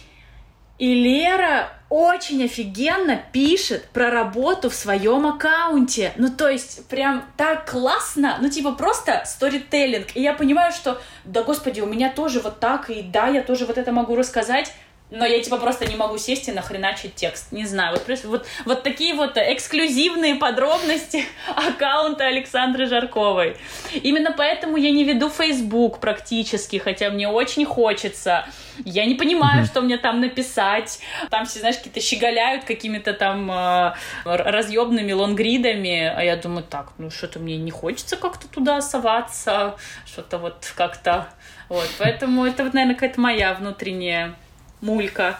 И Лера очень офигенно пишет про работу в своем аккаунте. Ну, то есть, прям так классно. Ну, типа, просто сторителлинг. И я понимаю, что, да, господи, у меня тоже вот так, и да, я тоже вот это могу рассказать, но я, типа, просто не могу сесть и нахреначить текст. Не знаю, вот, вот, вот такие вот эксклюзивные подробности аккаунта Александры Жарковой. Именно поэтому я не веду Facebook практически, хотя мне очень хочется. Я не понимаю, mm-hmm. что мне там написать. Там все, знаешь, какие-то щеголяют какими-то там э, разъебными лонгридами. А я думаю, так, ну что-то мне не хочется как-то туда соваться. Что-то вот как-то... Вот, поэтому это вот, наверное, какая-то моя внутренняя мулька.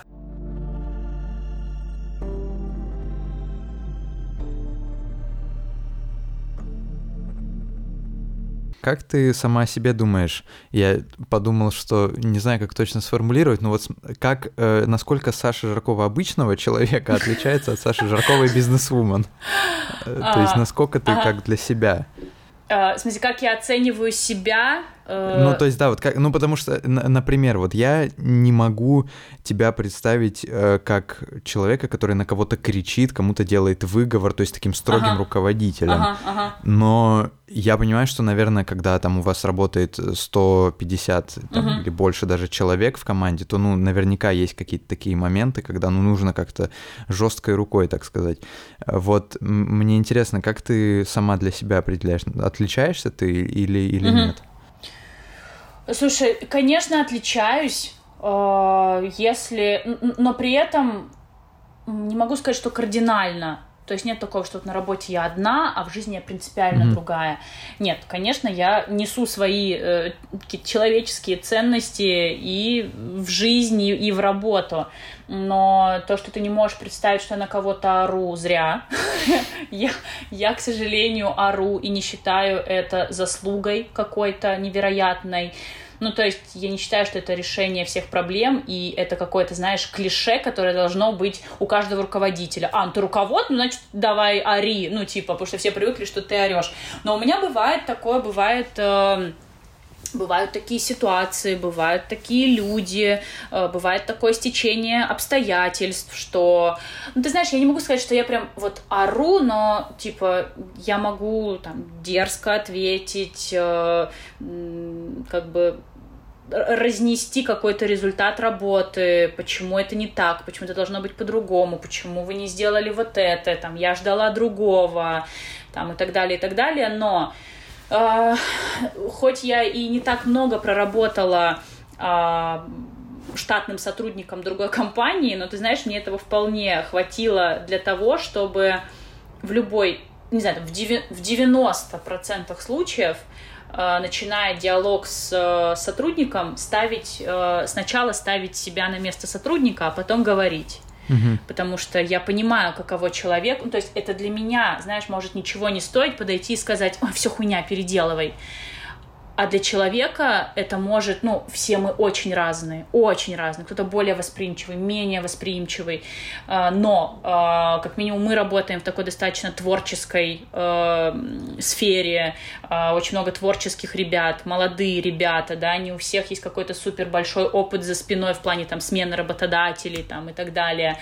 Как ты сама о себе думаешь? Я подумал, что не знаю, как точно сформулировать, но вот как, э, насколько Саша Жаркова обычного человека отличается от Саши Жарковой бизнесвумен? То есть насколько ты как для себя? В смысле, как я оцениваю себя? Ну, то есть, да, вот как, ну, потому что, например, вот я не могу тебя представить э, как человека, который на кого-то кричит, кому-то делает выговор, то есть таким строгим ага. руководителем. Ага, ага. Но я понимаю, что, наверное, когда там у вас работает сто пятьдесят там, угу. или больше даже человек в команде, то, ну, наверняка есть какие-то такие моменты, когда, ну, нужно как-то жесткой рукой, так сказать. Вот мне интересно, как ты сама для себя определяешь, отличаешься ты или, или угу. нет? Слушай, конечно, отличаюсь, если... но при этом не могу сказать, что кардинально. То есть нет такого, что вот на работе я одна, а в жизни я принципиально mm-hmm. другая. Нет, конечно, я несу свои э, человеческие ценности и в жизни, и в работу. Но то, что ты не можешь представить, что я на кого-то ору, зря. я, я, к сожалению, ору и не считаю это заслугой какой-то невероятной. Ну, то есть я не считаю, что это решение всех проблем, и это какое-то, знаешь, клише, которое должно быть у каждого руководителя. А, ну ты руковод, ну, значит, давай ори, ну, типа, потому что все привыкли, что ты орешь. Но у меня бывает такое, бывает... Э- Бывают такие ситуации, бывают такие люди, бывает такое стечение обстоятельств, что... Ну, ты знаешь, я не могу сказать, что я прям вот ору, но, типа, я могу там дерзко ответить, как бы разнести какой-то результат работы, почему это не так, почему это должно быть по-другому, почему вы не сделали вот это, там, я ждала другого, там, и так далее, и так далее, но... Uh, хоть я и не так много проработала uh, штатным сотрудником другой компании, но, ты знаешь, мне этого вполне хватило для того, чтобы в любой, не знаю, в девяноста процентах случаев, uh, начиная диалог с uh, сотрудником, ставить, uh, сначала ставить себя на место сотрудника, а потом говорить. Угу. Потому что я понимаю, каково человек. Ну, то есть это для меня, знаешь, может ничего не стоить подойти и сказать: ой, все хуйня, переделывай. А для человека это может, ну, все мы очень разные, очень разные. Кто-то более восприимчивый, менее восприимчивый. Но, как минимум, мы работаем в такой достаточно творческой э, сфере. Очень много творческих ребят, молодые ребята, да, не у всех есть какой-то супер большой опыт за спиной в плане там смены работодателей там, и так далее.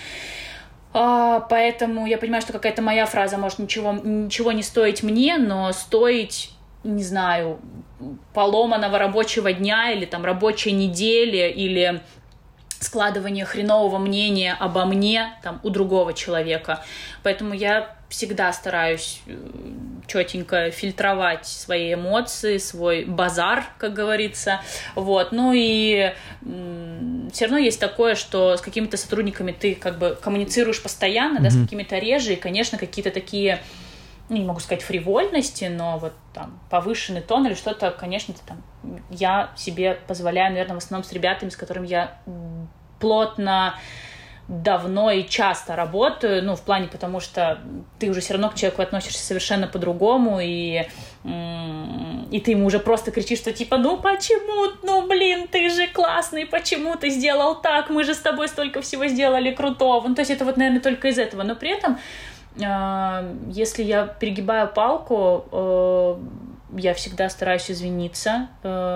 Поэтому я понимаю, что какая-то моя фраза может ничего, ничего не стоить мне, но стоить, не знаю, поломанного рабочего дня или там рабочей недели или складывание хренового мнения обо мне там у другого человека. Поэтому я всегда стараюсь четенько фильтровать свои эмоции, свой базар, как говорится. Вот. Ну и м- все равно есть такое, что с какими-то сотрудниками ты как бы коммуницируешь постоянно, mm-hmm. да, с какими-то реже, и, конечно, какие-то такие, ну, не могу сказать фривольности, но вот там повышенный тон или что-то, конечно, там, я себе позволяю, наверное, в основном с ребятами, с которыми я плотно, давно и часто работаю, ну, в плане, потому что ты уже все равно к человеку относишься совершенно по-другому, и, и ты ему уже просто кричишь, что типа, ну почему, ну, блин, ты же классный, почему ты сделал так, мы же с тобой столько всего сделали крутого. Ну, то есть это вот, наверное, только из этого, но при этом если я перегибаю палку, я всегда стараюсь извиниться,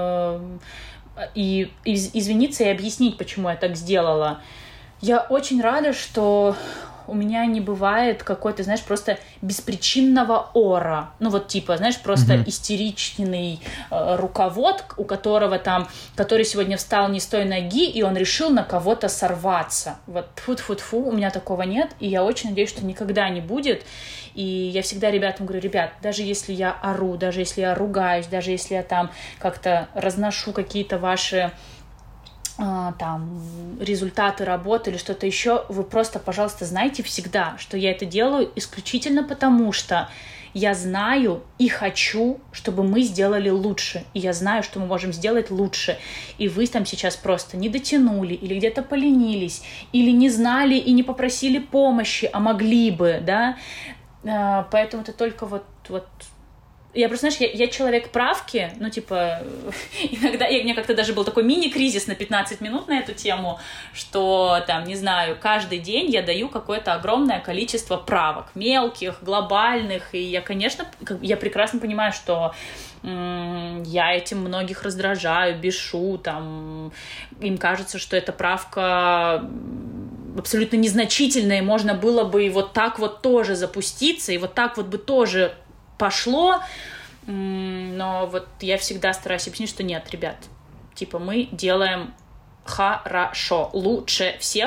и извиниться и объяснить, почему я так сделала. Я очень рада, что у меня не бывает какой-то, знаешь, просто беспричинного ора. Ну вот типа, знаешь, просто mm-hmm. истеричный э, руковод, у которого там, который сегодня встал не с той ноги, и он решил на кого-то сорваться. Вот тьфу-тьфу-тьфу, у меня такого нет, и я очень надеюсь, что никогда не будет. И я всегда ребятам говорю: ребят, даже если я ору, даже если я ругаюсь, даже если я там как-то разношу какие-то ваши там результаты работы или что-то еще, вы просто, пожалуйста, знайте всегда, что я это делаю исключительно потому, что я знаю и хочу, чтобы мы сделали лучше, и я знаю, что мы можем сделать лучше, и вы там сейчас просто не дотянули, или где-то поленились, или не знали и не попросили помощи, а могли бы, да, поэтому это только вот, вот Я просто, знаешь, я, я человек правки, ну, типа, иногда, я, у меня как-то даже был такой мини-кризис на пятнадцать минут на эту тему, что, там, не знаю, каждый день я даю какое-то огромное количество правок, мелких, глобальных, и я, конечно, я прекрасно понимаю, что м- я этим многих раздражаю, бешу, там, им кажется, что эта правка абсолютно незначительная, и можно было бы и вот так вот тоже запуститься, и вот так вот бы тоже пошло, но вот я всегда стараюсь объяснить, что нет, ребят, типа мы делаем хорошо, лучше всех,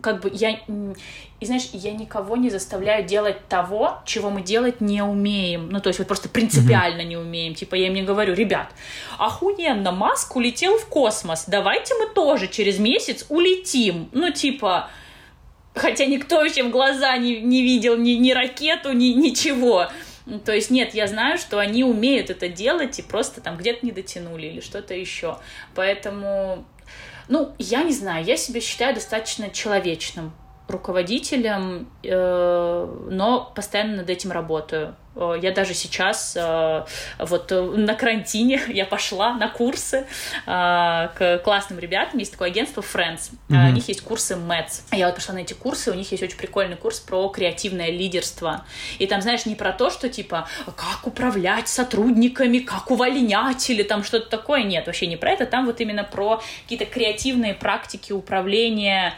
как бы я... И знаешь, я никого не заставляю делать того, чего мы делать не умеем. Ну, то есть вот просто принципиально mm-hmm. не умеем. Типа я им не говорю: ребят, охуенно, Маск улетел в космос, давайте мы тоже через месяц улетим. Ну, типа... Хотя никто вообще в глаза не, не видел ни, ни ракету, ни ничего. То есть нет, я знаю, что они умеют это делать и просто там где-то не дотянули или что-то еще. Поэтому, ну, я не знаю, я себя считаю достаточно человечным руководителем, э, но постоянно над этим работаю. Я даже сейчас э, вот на карантине я пошла на курсы э, к классным ребятам. Есть такое агентство Friends. Mm-hmm. У них есть курсы Мэтс. Я вот пошла на эти курсы. У них есть очень прикольный курс про креативное лидерство. И там, знаешь, не про то, что типа как управлять сотрудниками, как увольнять или там что-то такое. Нет, вообще не про это. Там вот именно про какие-то креативные практики управления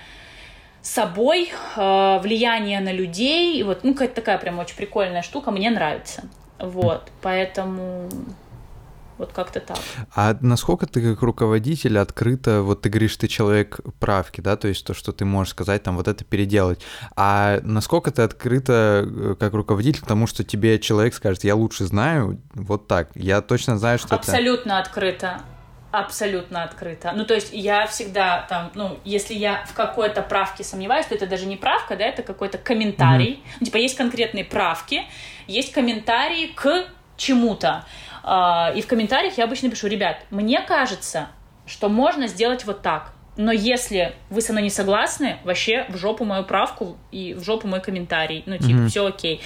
собой, э, влияние на людей, вот, ну, какая-то такая прям очень прикольная штука, мне нравится, вот, поэтому вот как-то так. А насколько ты как руководитель открыто, вот ты говоришь, ты человек правки, да, то есть то, что ты можешь сказать, там, вот это переделать, а насколько ты открыто как руководитель к тому, что тебе человек скажет: я лучше знаю, вот так, я точно знаю, что Абсолютно это... открыто. Абсолютно открыто. Ну, то есть я всегда там, ну, если я в какой-то правке сомневаюсь, то это даже не правка, да, это какой-то комментарий. Mm-hmm. Ну, типа есть конкретные правки, есть комментарии к чему-то. И в комментариях я обычно пишу: ребят, мне кажется, что можно сделать вот так. Но если вы со мной не согласны, вообще в жопу мою правку и в жопу мой комментарий. Ну, типа, mm-hmm. все окей.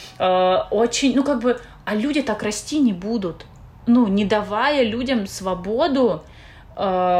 Очень, ну, как бы, а люди так расти не будут. Ну, не давая людям свободу э,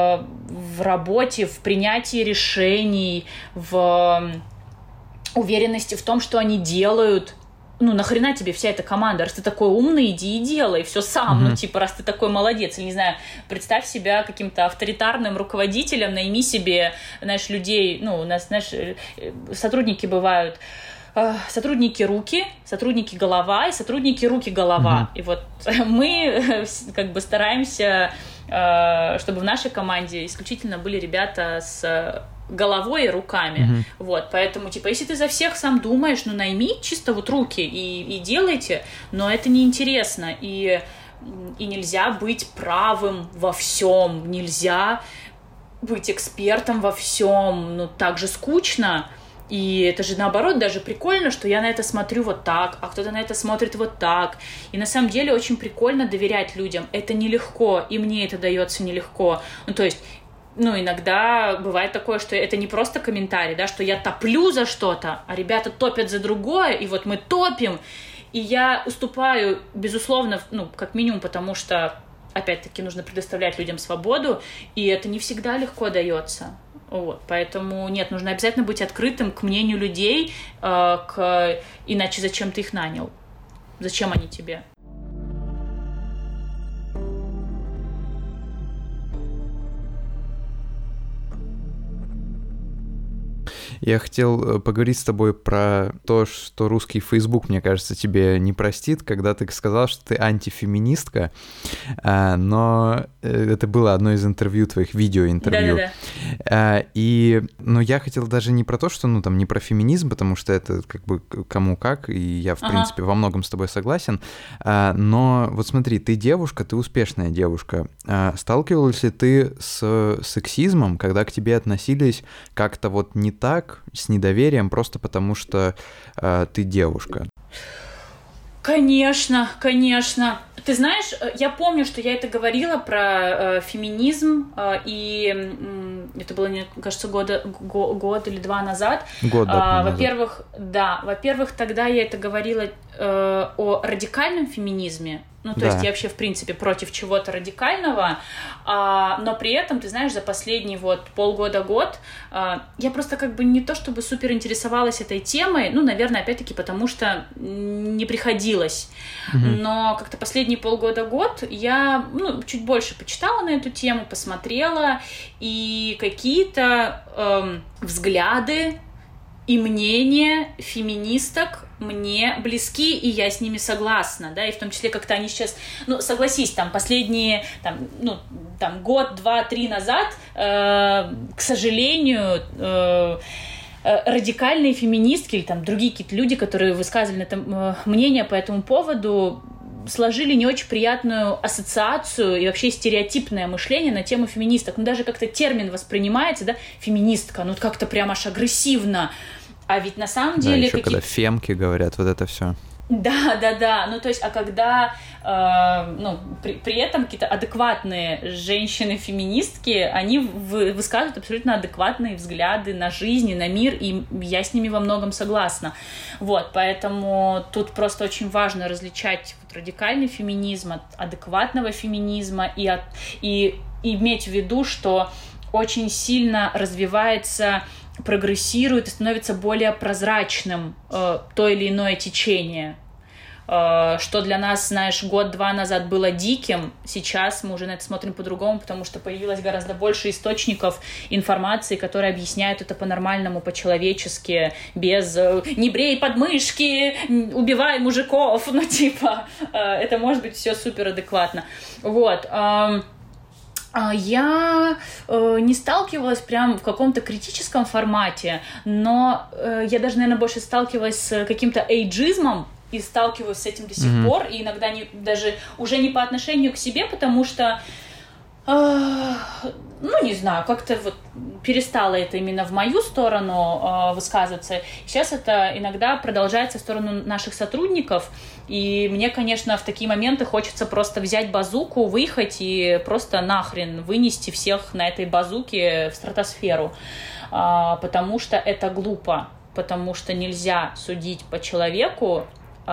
в работе, в принятии решений, в уверенности в том, что они делают. Ну, нахрена тебе вся эта команда? Раз ты такой умный, иди и делай все сам. Mm-hmm. Ну, типа, раз ты такой молодец. Или, не знаю, представь себя каким-то авторитарным руководителем, найми себе, знаешь, людей. Ну, у нас, знаешь, сотрудники бывают... сотрудники руки, сотрудники голова и сотрудники руки голова. Mm-hmm. И вот мы как бы стараемся, чтобы в нашей команде исключительно были ребята с головой и руками. Mm-hmm. Вот, поэтому, типа, если ты за всех сам думаешь, ну, найми чисто вот руки и, и делайте, но это неинтересно. И, и нельзя быть правым во всем, нельзя быть экспертом во всем, ну, так же скучно. И это же наоборот даже прикольно, что я на это смотрю вот так, а кто-то на это смотрит вот так. И на самом деле очень прикольно доверять людям. Это нелегко, и мне это дается нелегко. Ну, то есть, ну, иногда бывает такое, что это не просто комментарий, да, что я топлю за что-то, а ребята топят за другое, и вот мы топим. И я уступаю, безусловно, ну, как минимум, потому что, опять-таки, нужно предоставлять людям свободу, и это не всегда легко дается. Вот, поэтому нет, нужно обязательно быть открытым к мнению людей, э, к... иначе зачем ты их нанял? Зачем они тебе? Я хотел поговорить с тобой про то, что русский Facebook, мне кажется, тебе не простит, когда ты сказал, что ты антифеминистка, но это было одно из интервью твоих, видеоинтервью. Да-да-да. И, но я хотел даже не про то, что, ну, там, не про феминизм, потому что это как бы кому как, и я, в ага. принципе, во многом с тобой согласен, но вот смотри, ты девушка, ты успешная девушка. Сталкивалась ли ты с сексизмом, когда к тебе относились как-то вот не так, с недоверием, просто потому что э, ты девушка? Конечно, конечно. Ты знаешь, я помню, что я это говорила про э, феминизм, э, и э, это было, мне кажется, года, го, год или два назад. Год, да, э, во-первых, да, во-первых, тогда я это говорила э, о радикальном феминизме. Ну, то да. есть я вообще, в принципе, против чего-то радикального, а, но при этом, ты знаешь, за последний вот полгода-год а, я просто как бы не то чтобы супер интересовалась этой темой, ну, наверное, опять-таки, потому что не приходилось. Mm-hmm. Но как-то последние полгода-год я, ну, чуть больше почитала на эту тему, посмотрела, и какие-то эм, взгляды и мнения феминисток мне близки, и я с ними согласна, да, и в том числе как-то они сейчас, ну, согласись, там, последние, там, ну, там, год, два, три назад, э, к сожалению, э, радикальные феминистки или там другие какие-то люди, которые высказывали это мнение по этому поводу, сложили не очень приятную ассоциацию и вообще стереотипное мышление на тему феминисток. Ну, даже как-то термин воспринимается, да, феминистка, ну, как-то прям аж агрессивно. А ведь на самом деле... Да, еще какие... когда фемки говорят, вот это все. Да, да, да. Ну, то есть, а когда, э, ну, при, при этом какие-то адекватные женщины-феминистки, они вы, высказывают абсолютно адекватные взгляды на жизнь и на мир, и я с ними во многом согласна. Вот, поэтому тут просто очень важно различать вот радикальный феминизм от адекватного феминизма и, от, и, и иметь в виду, что очень сильно развивается... прогрессирует и становится более прозрачным э, то или иное течение. Э, что для нас, знаешь, год-два назад было диким, сейчас мы уже на это смотрим по-другому, потому что появилось гораздо больше источников информации, которые объясняют это по-нормальному, по-человечески, без э, «не брей подмышки, убивай мужиков», ну типа, э, это может быть все суперадекватно. Вот. Э, Я э, не сталкивалась прям в каком-то критическом формате, но э, я даже, наверное, больше сталкивалась с каким-то эйджизмом и сталкиваюсь с этим до сих mm-hmm. пор, и иногда не, даже уже не по отношению к себе, потому что, э, ну, не знаю, как-то вот перестало это именно в мою сторону э, высказываться. Сейчас это иногда продолжается в сторону наших сотрудников, и мне, конечно, в такие моменты хочется просто взять базуку, выехать и просто нахрен вынести всех на этой базуке в стратосферу, э, потому что это глупо, потому что нельзя судить по человеку,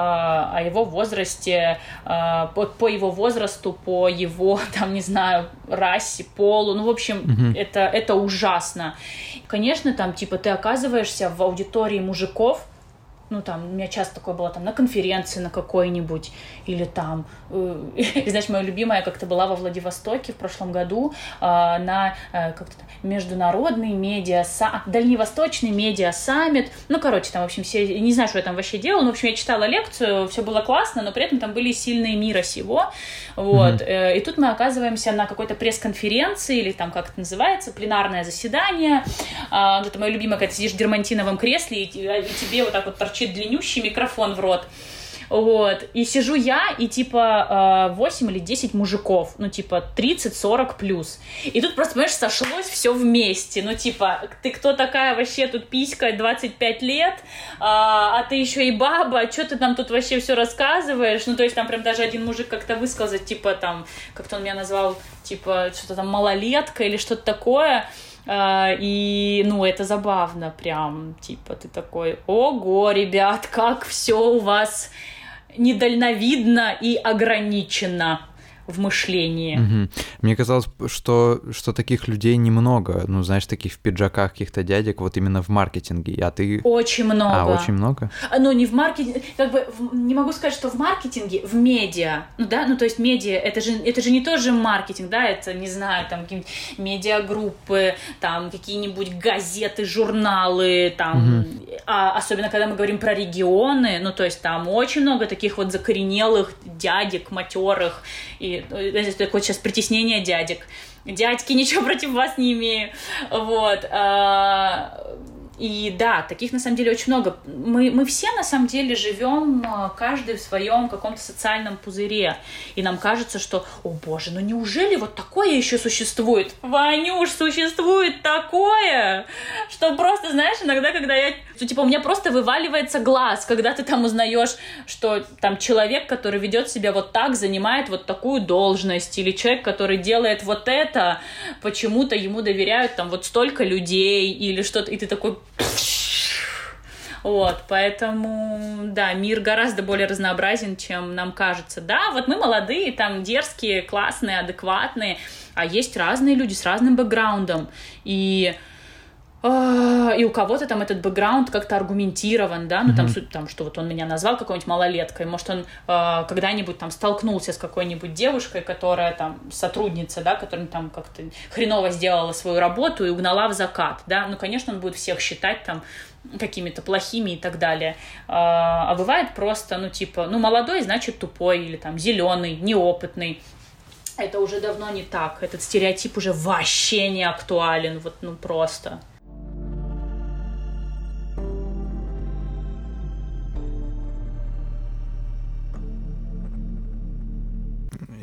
о его возрасте, по, по его возрасту, по его, там, не знаю, расе, полу, ну, в общем, mm-hmm. это, это ужасно. Конечно, там, типа, ты оказываешься в аудитории мужиков, ну, там, у меня часто такое было, там, на конференции на какой-нибудь, или там, э, и, знаешь, моя любимая как-то была во Владивостоке в прошлом году э, на э, как-то международный медиа, дальневосточный медиа-саммит, ну, короче, там, в общем, все, не знаю, что я там вообще делала, но, в общем, я читала лекцию, все было классно, но при этом там были сильные мира сего, вот, mm-hmm. и тут мы оказываемся на какой-то пресс-конференции, или там, как это называется, пленарное заседание, э, это моя любимая, когда ты сидишь в дермантиновом кресле, и, и тебе вот так вот торчит длиннющий микрофон в рот. Вот. И сижу я, и типа восемь или десять мужиков, ну типа тридцать-сорок плюс. И тут просто, понимаешь, сошлось все вместе. Ну типа, ты кто такая вообще тут писька, двадцать пять лет, а, а ты еще и баба, что ты там тут вообще все рассказываешь? Ну то есть там прям даже один мужик как-то высказал, типа там, как-то он меня назвал, типа что-то там малолетка или что-то такое. Uh, и, ну, это забавно прям, типа, ты такой, ого, ребят, как все у вас недальновидно и ограничено в мышлении. Угу. Мне казалось, что, что таких людей немного, ну, знаешь, таких в пиджаках каких-то дядек вот именно в маркетинге, а ты... Очень много. А, очень много? Ну, не в маркетинге, как бы, в, не могу сказать, что в маркетинге, в медиа, ну, да, ну, то есть медиа, это же, это же не тоже маркетинг, да, это, не знаю, там, какие-нибудь медиагруппы, там, какие-нибудь газеты, журналы, там, угу. а, особенно, когда мы говорим про регионы, ну, то есть там очень много таких вот закоренелых дядек, матерых, и это такое сейчас притеснение дядек. Дядьки, ничего против вас не имею. Вот. И да, таких на самом деле очень много. Мы, мы все на самом деле живем, каждый в своем каком-то социальном пузыре. И нам кажется, что, о боже, ну неужели вот такое еще существует? Ванюш, существует такое, что просто, знаешь, иногда, когда я... Что, типа, у меня просто вываливается глаз, когда ты там узнаешь, что там человек, который ведет себя вот так, занимает вот такую должность, или человек, который делает вот это, почему-то ему доверяют там вот столько людей, или что-то, и ты такой... Вот, поэтому, да, мир гораздо более разнообразен, чем нам кажется. Да, вот мы молодые, там, дерзкие, классные, адекватные, а есть разные люди с разным бэкграундом, и... И у кого-то там этот бэкграунд как-то аргументирован, да, ну, mm-hmm. там суть там, что вот он меня назвал какой-нибудь малолеткой, может, он э, когда-нибудь там столкнулся с какой-нибудь девушкой, которая там сотрудница, да, которая там как-то хреново сделала свою работу и угнала в закат, да, ну, конечно, он будет всех считать там какими-то плохими и так далее, а, а бывает просто, ну, типа, ну, молодой, значит, тупой, или там зеленый, неопытный. Это уже давно не так, этот стереотип уже вообще не актуален, вот, ну, просто...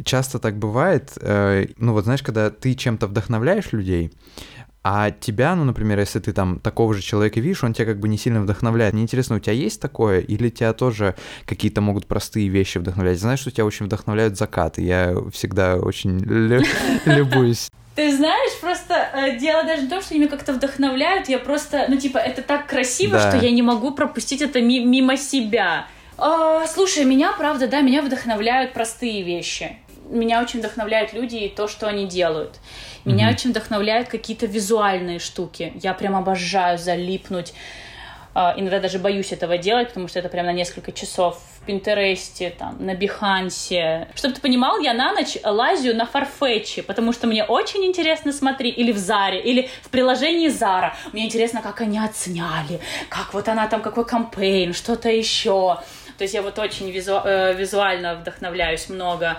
часто так бывает, э, ну вот знаешь, когда ты чем-то вдохновляешь людей, а тебя, ну, например, если ты там такого же человека видишь, он тебя как бы не сильно вдохновляет. Мне интересно, у тебя есть такое, или тебя тоже какие-то могут простые вещи вдохновлять? Знаешь, что тебя очень вдохновляют закаты, я всегда очень любуюсь. Ты знаешь, просто э, дело даже не в том, что они меня как-то вдохновляют, я просто, ну, типа, это так красиво, да. что я не могу пропустить это ми- мимо себя. Э, слушай, меня, правда, да, меня вдохновляют простые вещи. Меня очень вдохновляют люди и то, что они делают. Меня mm-hmm. очень вдохновляют какие-то визуальные штуки. Я прям обожаю залипнуть. Иногда даже боюсь этого делать, потому что это прям на несколько часов в Пинтересте, там, на Бихансе. Чтобы ты понимал, я на ночь лазю на Farfetch, потому что мне очень интересно смотреть, или в Заре, или в приложении Зара. Мне интересно, как они отсняли, как вот она там, какой кампейн, что-то еще. То есть я вот очень визу, э, визуально вдохновляюсь много.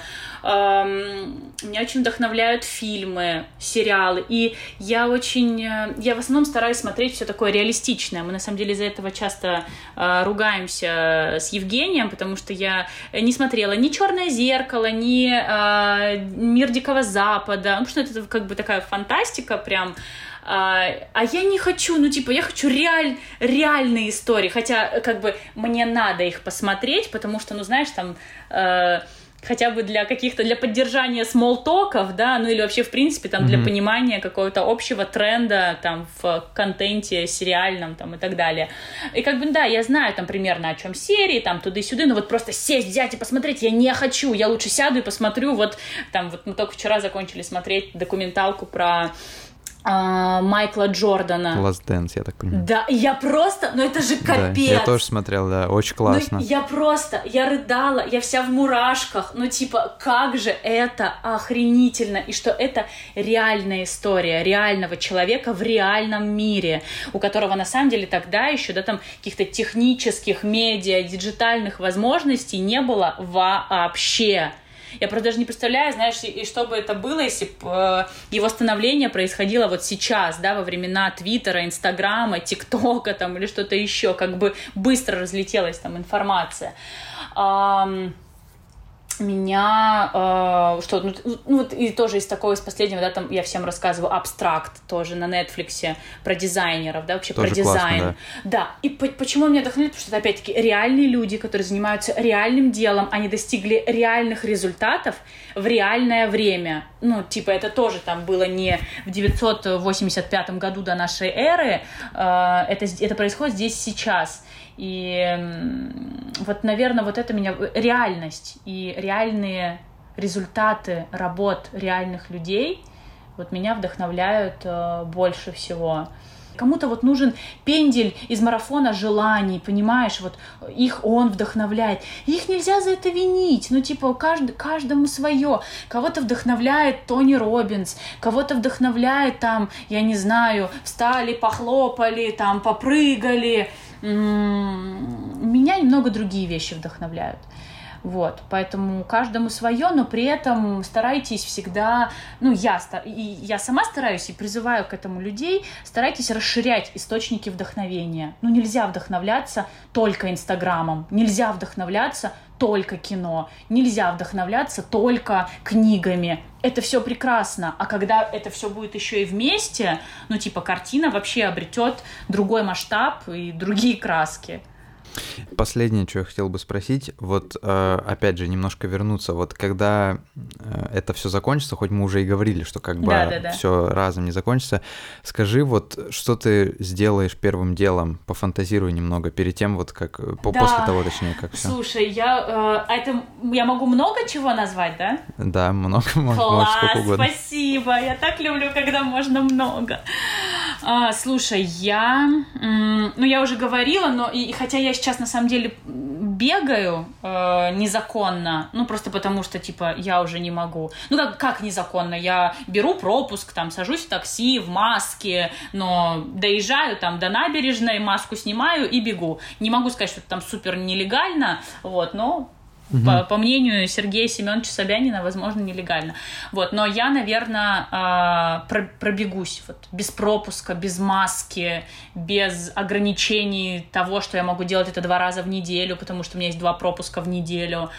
Эм, меня очень вдохновляют фильмы, сериалы. И я очень... Э, я в основном стараюсь смотреть все такое реалистичное. Мы, на самом деле, из-за этого часто э, ругаемся с Евгением, потому что я не смотрела ни «Черное зеркало», ни э, «Мир Дикого Запада». Ну, потому что это как бы такая фантастика прям... А, а я не хочу, ну, типа, я хочу реаль, реальные истории, хотя, как бы, мне надо их посмотреть, потому что, ну, знаешь, там, э, хотя бы для каких-то, для поддержания смолтоков, да, ну, или вообще, в принципе, там, mm-hmm. для понимания какого-то общего тренда, там, в контенте сериальном, там, и так далее. И, как бы, да, я знаю, там, примерно, о чем серии, там, туда-сюда, но вот просто сесть, взять и посмотреть я не хочу, я лучше сяду и посмотрю, вот, там, вот мы только вчера закончили смотреть документалку про... Майкла Джордана. Last Dance, я так понимаю. Да, я просто, ну это же капец. Да, я тоже смотрел, да, очень классно. Ну, я просто, я рыдала, я вся в мурашках, ну типа, как же это охренительно, и что это реальная история реального человека в реальном мире, у которого на самом деле тогда еще, да, там каких-то технических, медиа, диджитальных возможностей не было вообще. Я просто даже не представляю, знаешь, и что бы это было, если бы его становление происходило вот сейчас, да, во времена Твиттера, Инстаграма, ТикТока там или что-то еще, как бы быстро разлетелась там информация. Меня, э, что, ну, ну, вот и тоже из такого, из последнего, да, там я всем рассказываю «Абстракт», тоже на Нетфликсе, про дизайнеров, да, вообще тоже про дизайн. Классно, да. да, и по- почему меня вдохновляет? Потому что это, опять-таки, реальные люди, которые занимаются реальным делом, они достигли реальных результатов в реальное время. Ну, типа, это тоже там было не в девятьсот восемьдесят пятом году до нашей эры, э, это, это происходит здесь сейчас. И вот, наверное, вот это меня... Реальность и реальные результаты работ реальных людей вот меня вдохновляют э, больше всего. Кому-то вот нужен пендель из марафона желаний, понимаешь? Вот их он вдохновляет. Их нельзя за это винить. Ну, типа, кажд... каждому свое. Кого-то вдохновляет Тони Роббинс, кого-то вдохновляет там, я не знаю, встали, похлопали, там, попрыгали. Меня немного другие вещи вдохновляют. Вот, поэтому каждому свое, но при этом старайтесь всегда, ну, я, и я сама стараюсь и призываю к этому людей, старайтесь расширять источники вдохновения. Ну, нельзя вдохновляться только Инстаграмом, нельзя вдохновляться только кино, нельзя вдохновляться только книгами. Это все прекрасно, а когда это все будет еще и вместе, ну, типа, картина вообще обретет другой масштаб и другие краски. Последнее, что я хотел бы спросить, вот э, опять же немножко вернуться, вот когда э, это все закончится, хоть мы уже и говорили, что как бы да, да, да. все разом не закончится, скажи вот, что ты сделаешь первым делом, пофантазируй немного перед тем, вот как по, да. после того, точнее, как все. Слушай, я э, это я могу много чего назвать, да? Да, много, Класс, можешь сколько угодно. Спасибо, я так люблю, когда можно много. А, слушай, я, м, ну я уже говорила, но и, и хотя я сейчас на самом деле бегаю э, незаконно, ну просто потому что типа я уже не могу. Ну как, как незаконно? Я беру пропуск, там сажусь в такси в маске, но доезжаю там до набережной, маску снимаю и бегу. Не могу сказать, что это там супер нелегально, вот, но Угу. По, по мнению Сергея Семеновича Собянина, возможно, нелегально. Вот, но я, наверное, пробегусь вот, без пропуска, без маски, без ограничений того, что я могу делать это два раза в неделю, потому что у меня есть два пропуска в неделю.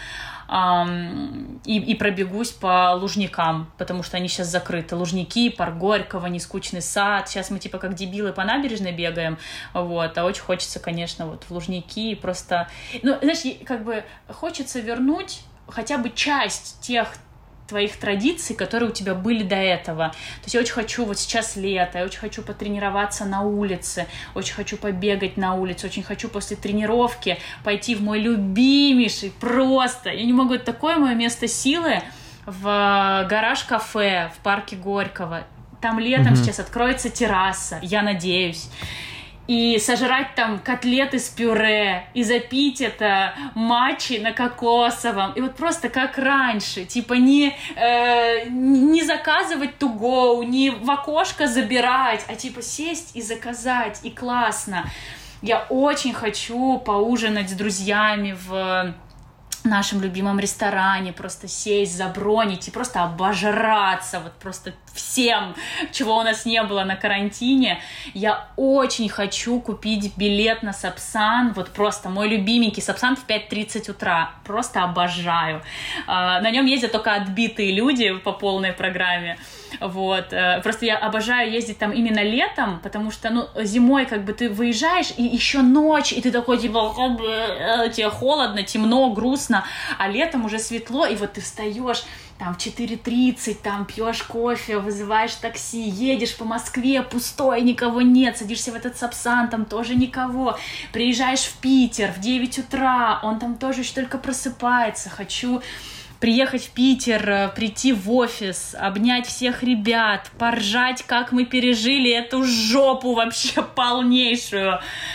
эм, и, и пробегусь по Лужникам, потому что они сейчас закрыты. Лужники, парк Горького, Нескучный сад. Сейчас мы типа как дебилы по набережной бегаем, вот, а очень хочется, конечно, вот в Лужники просто... Ну, знаешь, как бы хочется вернуть хотя бы часть тех твоих традиций, которые у тебя были до этого. То есть я очень хочу, вот сейчас лето, я очень хочу потренироваться на улице, очень хочу побегать на улице, очень хочу после тренировки пойти в мой любимейший просто, я не могу, это такое мое место силы, в гараж-кафе в парке Горького. Там летом mm-hmm. сейчас откроется терраса, я надеюсь. И сожрать там котлеты с пюре, и запить это матчи на кокосовом. И вот просто как раньше, типа не, э, не заказывать to go, не в окошко забирать, а типа сесть и заказать, и классно. Я очень хочу поужинать с друзьями в нашем любимом ресторане, просто сесть, забронить и просто обожраться, вот просто всем, чего у нас не было на карантине. Я очень хочу купить билет на Сапсан, вот просто мой любименький Сапсан в пять тридцать утра, просто обожаю. На нем ездят только отбитые люди по полной программе, вот. Просто я обожаю ездить там именно летом, потому что, ну, зимой как бы ты выезжаешь, и еще ночь, и ты такой, типа, тебе холодно, темно, грустно, а летом уже светло, и вот ты встаешь там в четыре тридцать, там пьешь кофе, вызываешь такси, едешь по Москве, пустой, никого нет, садишься в этот Сапсан, там тоже никого, приезжаешь в Питер в девять утра, он там тоже еще только просыпается, хочу приехать в Питер, прийти в офис, обнять всех ребят, поржать, как мы пережили эту жопу вообще полнейшую.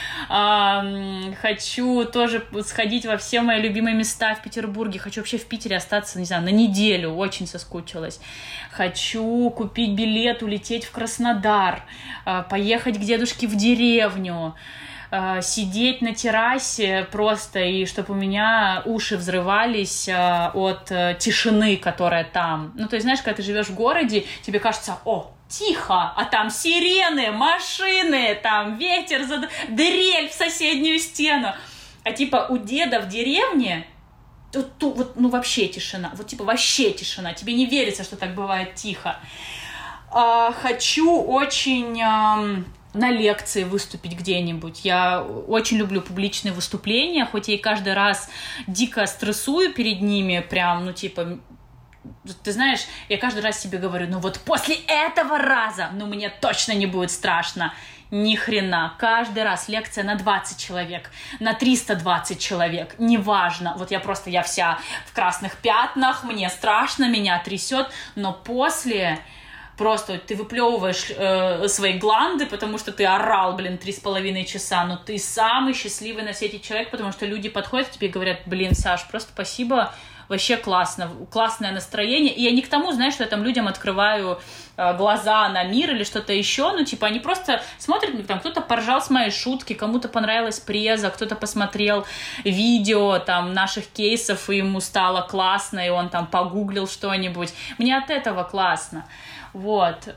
Хочу тоже сходить во все мои любимые места в Петербурге. Хочу вообще в Питере остаться, не знаю, на неделю. Очень соскучилась. Хочу купить билет, улететь в Краснодар, поехать к дедушке в деревню, сидеть на террасе просто, и чтобы у меня уши взрывались от тишины, которая там. Ну, то есть, знаешь, когда ты живешь в городе, тебе кажется, о, тихо, а там сирены, машины, там ветер, зад... дрель в соседнюю стену. А типа у деда в деревне тут, тут, вот, ну, вообще тишина, вот типа вообще тишина, тебе не верится, что так бывает тихо. А, хочу очень... А... на лекции выступить где-нибудь. Я очень люблю публичные выступления, хоть я и каждый раз дико стрессую перед ними, прям, ну, типа, ты знаешь, я каждый раз себе говорю, ну, вот после этого раза, ну, мне точно не будет страшно. Ни хрена. Каждый раз лекция на двадцать человек, на триста двадцать человек, неважно. Вот я просто, я вся в красных пятнах, мне страшно, меня трясет, но после... Просто ты выплевываешь э, свои гланды, потому что ты орал, блин, три с половиной часа, но ты самый счастливый на свете человек, потому что люди подходят к тебе и говорят, блин, Саш, просто спасибо, вообще классно, классное настроение. И я не к тому, знаешь, что я там людям открываю э, глаза на мир или что-то еще, ну, типа, они просто смотрят, там, кто-то поржал с моей шутки, кому-то понравилась преза, кто-то посмотрел видео, там, наших кейсов, и ему стало классно, и он там погуглил что-нибудь. Мне от этого классно. Вот.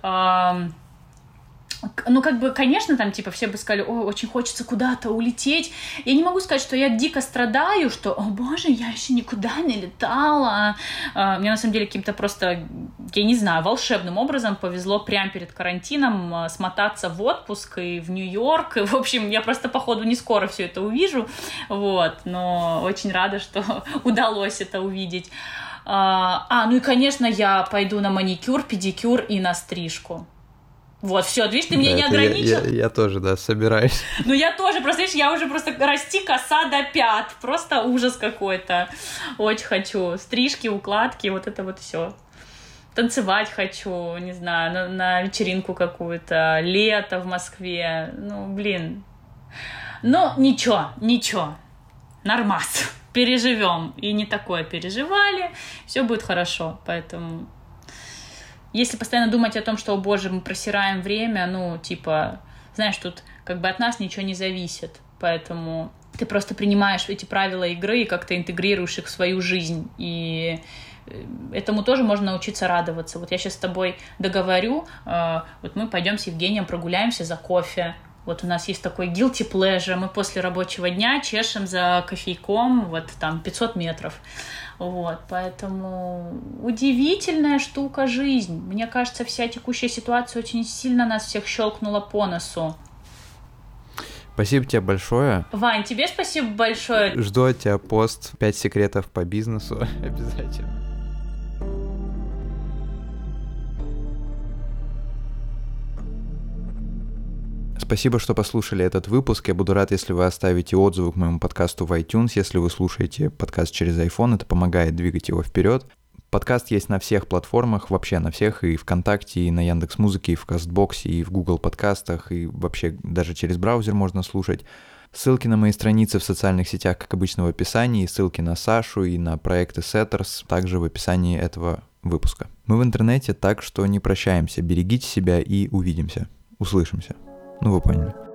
Ну, как бы, конечно, там, типа, все бы сказали, о, очень хочется куда-то улететь. Я не могу сказать, что я дико страдаю, что, о, боже, я еще никуда не летала. Мне, на самом деле, каким-то просто, я не знаю, волшебным образом повезло прямо перед карантином смотаться в отпуск и в Нью-Йорк. И, в общем, я просто, походу, не скоро все это увижу. Вот. Но очень рада, что удалось это увидеть. А, ну и, конечно, я пойду на маникюр, педикюр и на стрижку. Вот, все, видишь, ты меня да, не ограничил. Я, я, я тоже, да, собираюсь. Ну, я тоже, просто, видишь, я уже просто расти коса до пят. Просто ужас какой-то. Очень хочу. Стрижки, укладки, вот это вот все. Танцевать хочу, не знаю, на, на вечеринку какую-то. Лето в Москве. Ну, блин. Ну, ничего, ничего. Нормас. Переживем. И не такое переживали. Все будет хорошо. Поэтому... Если постоянно думать о том, что, о боже, мы просираем время, ну, типа, знаешь, тут как бы от нас ничего не зависит, поэтому ты просто принимаешь эти правила игры и как-то интегрируешь их в свою жизнь, и этому тоже можно научиться радоваться. Вот я сейчас с тобой договорю, вот мы пойдем с Евгением прогуляемся за кофе, Вот у нас есть такой guilty pleasure, мы после рабочего дня чешем за кофейком, вот там пятьсот метров. Вот, поэтому удивительная штука жизнь. Мне кажется, вся текущая ситуация очень сильно нас всех щелкнула по носу. Спасибо тебе большое. Вань, тебе спасибо большое. Жду от тебя пост «пять секретов по бизнесу» обязательно. Спасибо, что послушали этот выпуск. Я буду рад, если вы оставите отзывы к моему подкасту в iTunes. Если вы слушаете подкаст через iPhone, это помогает двигать его вперед. Подкаст есть на всех платформах, вообще на всех, и ВКонтакте, и на Яндекс.Музыке, и в Кастбоксе, и в Google подкастах, и вообще даже через браузер можно слушать. Ссылки на мои страницы в социальных сетях, как обычно, в описании, и ссылки на Сашу и на проекты Setters также в описании этого выпуска. Мы в интернете, так что не прощаемся. Берегите себя и увидимся. Услышимся. Ну, вы поняли.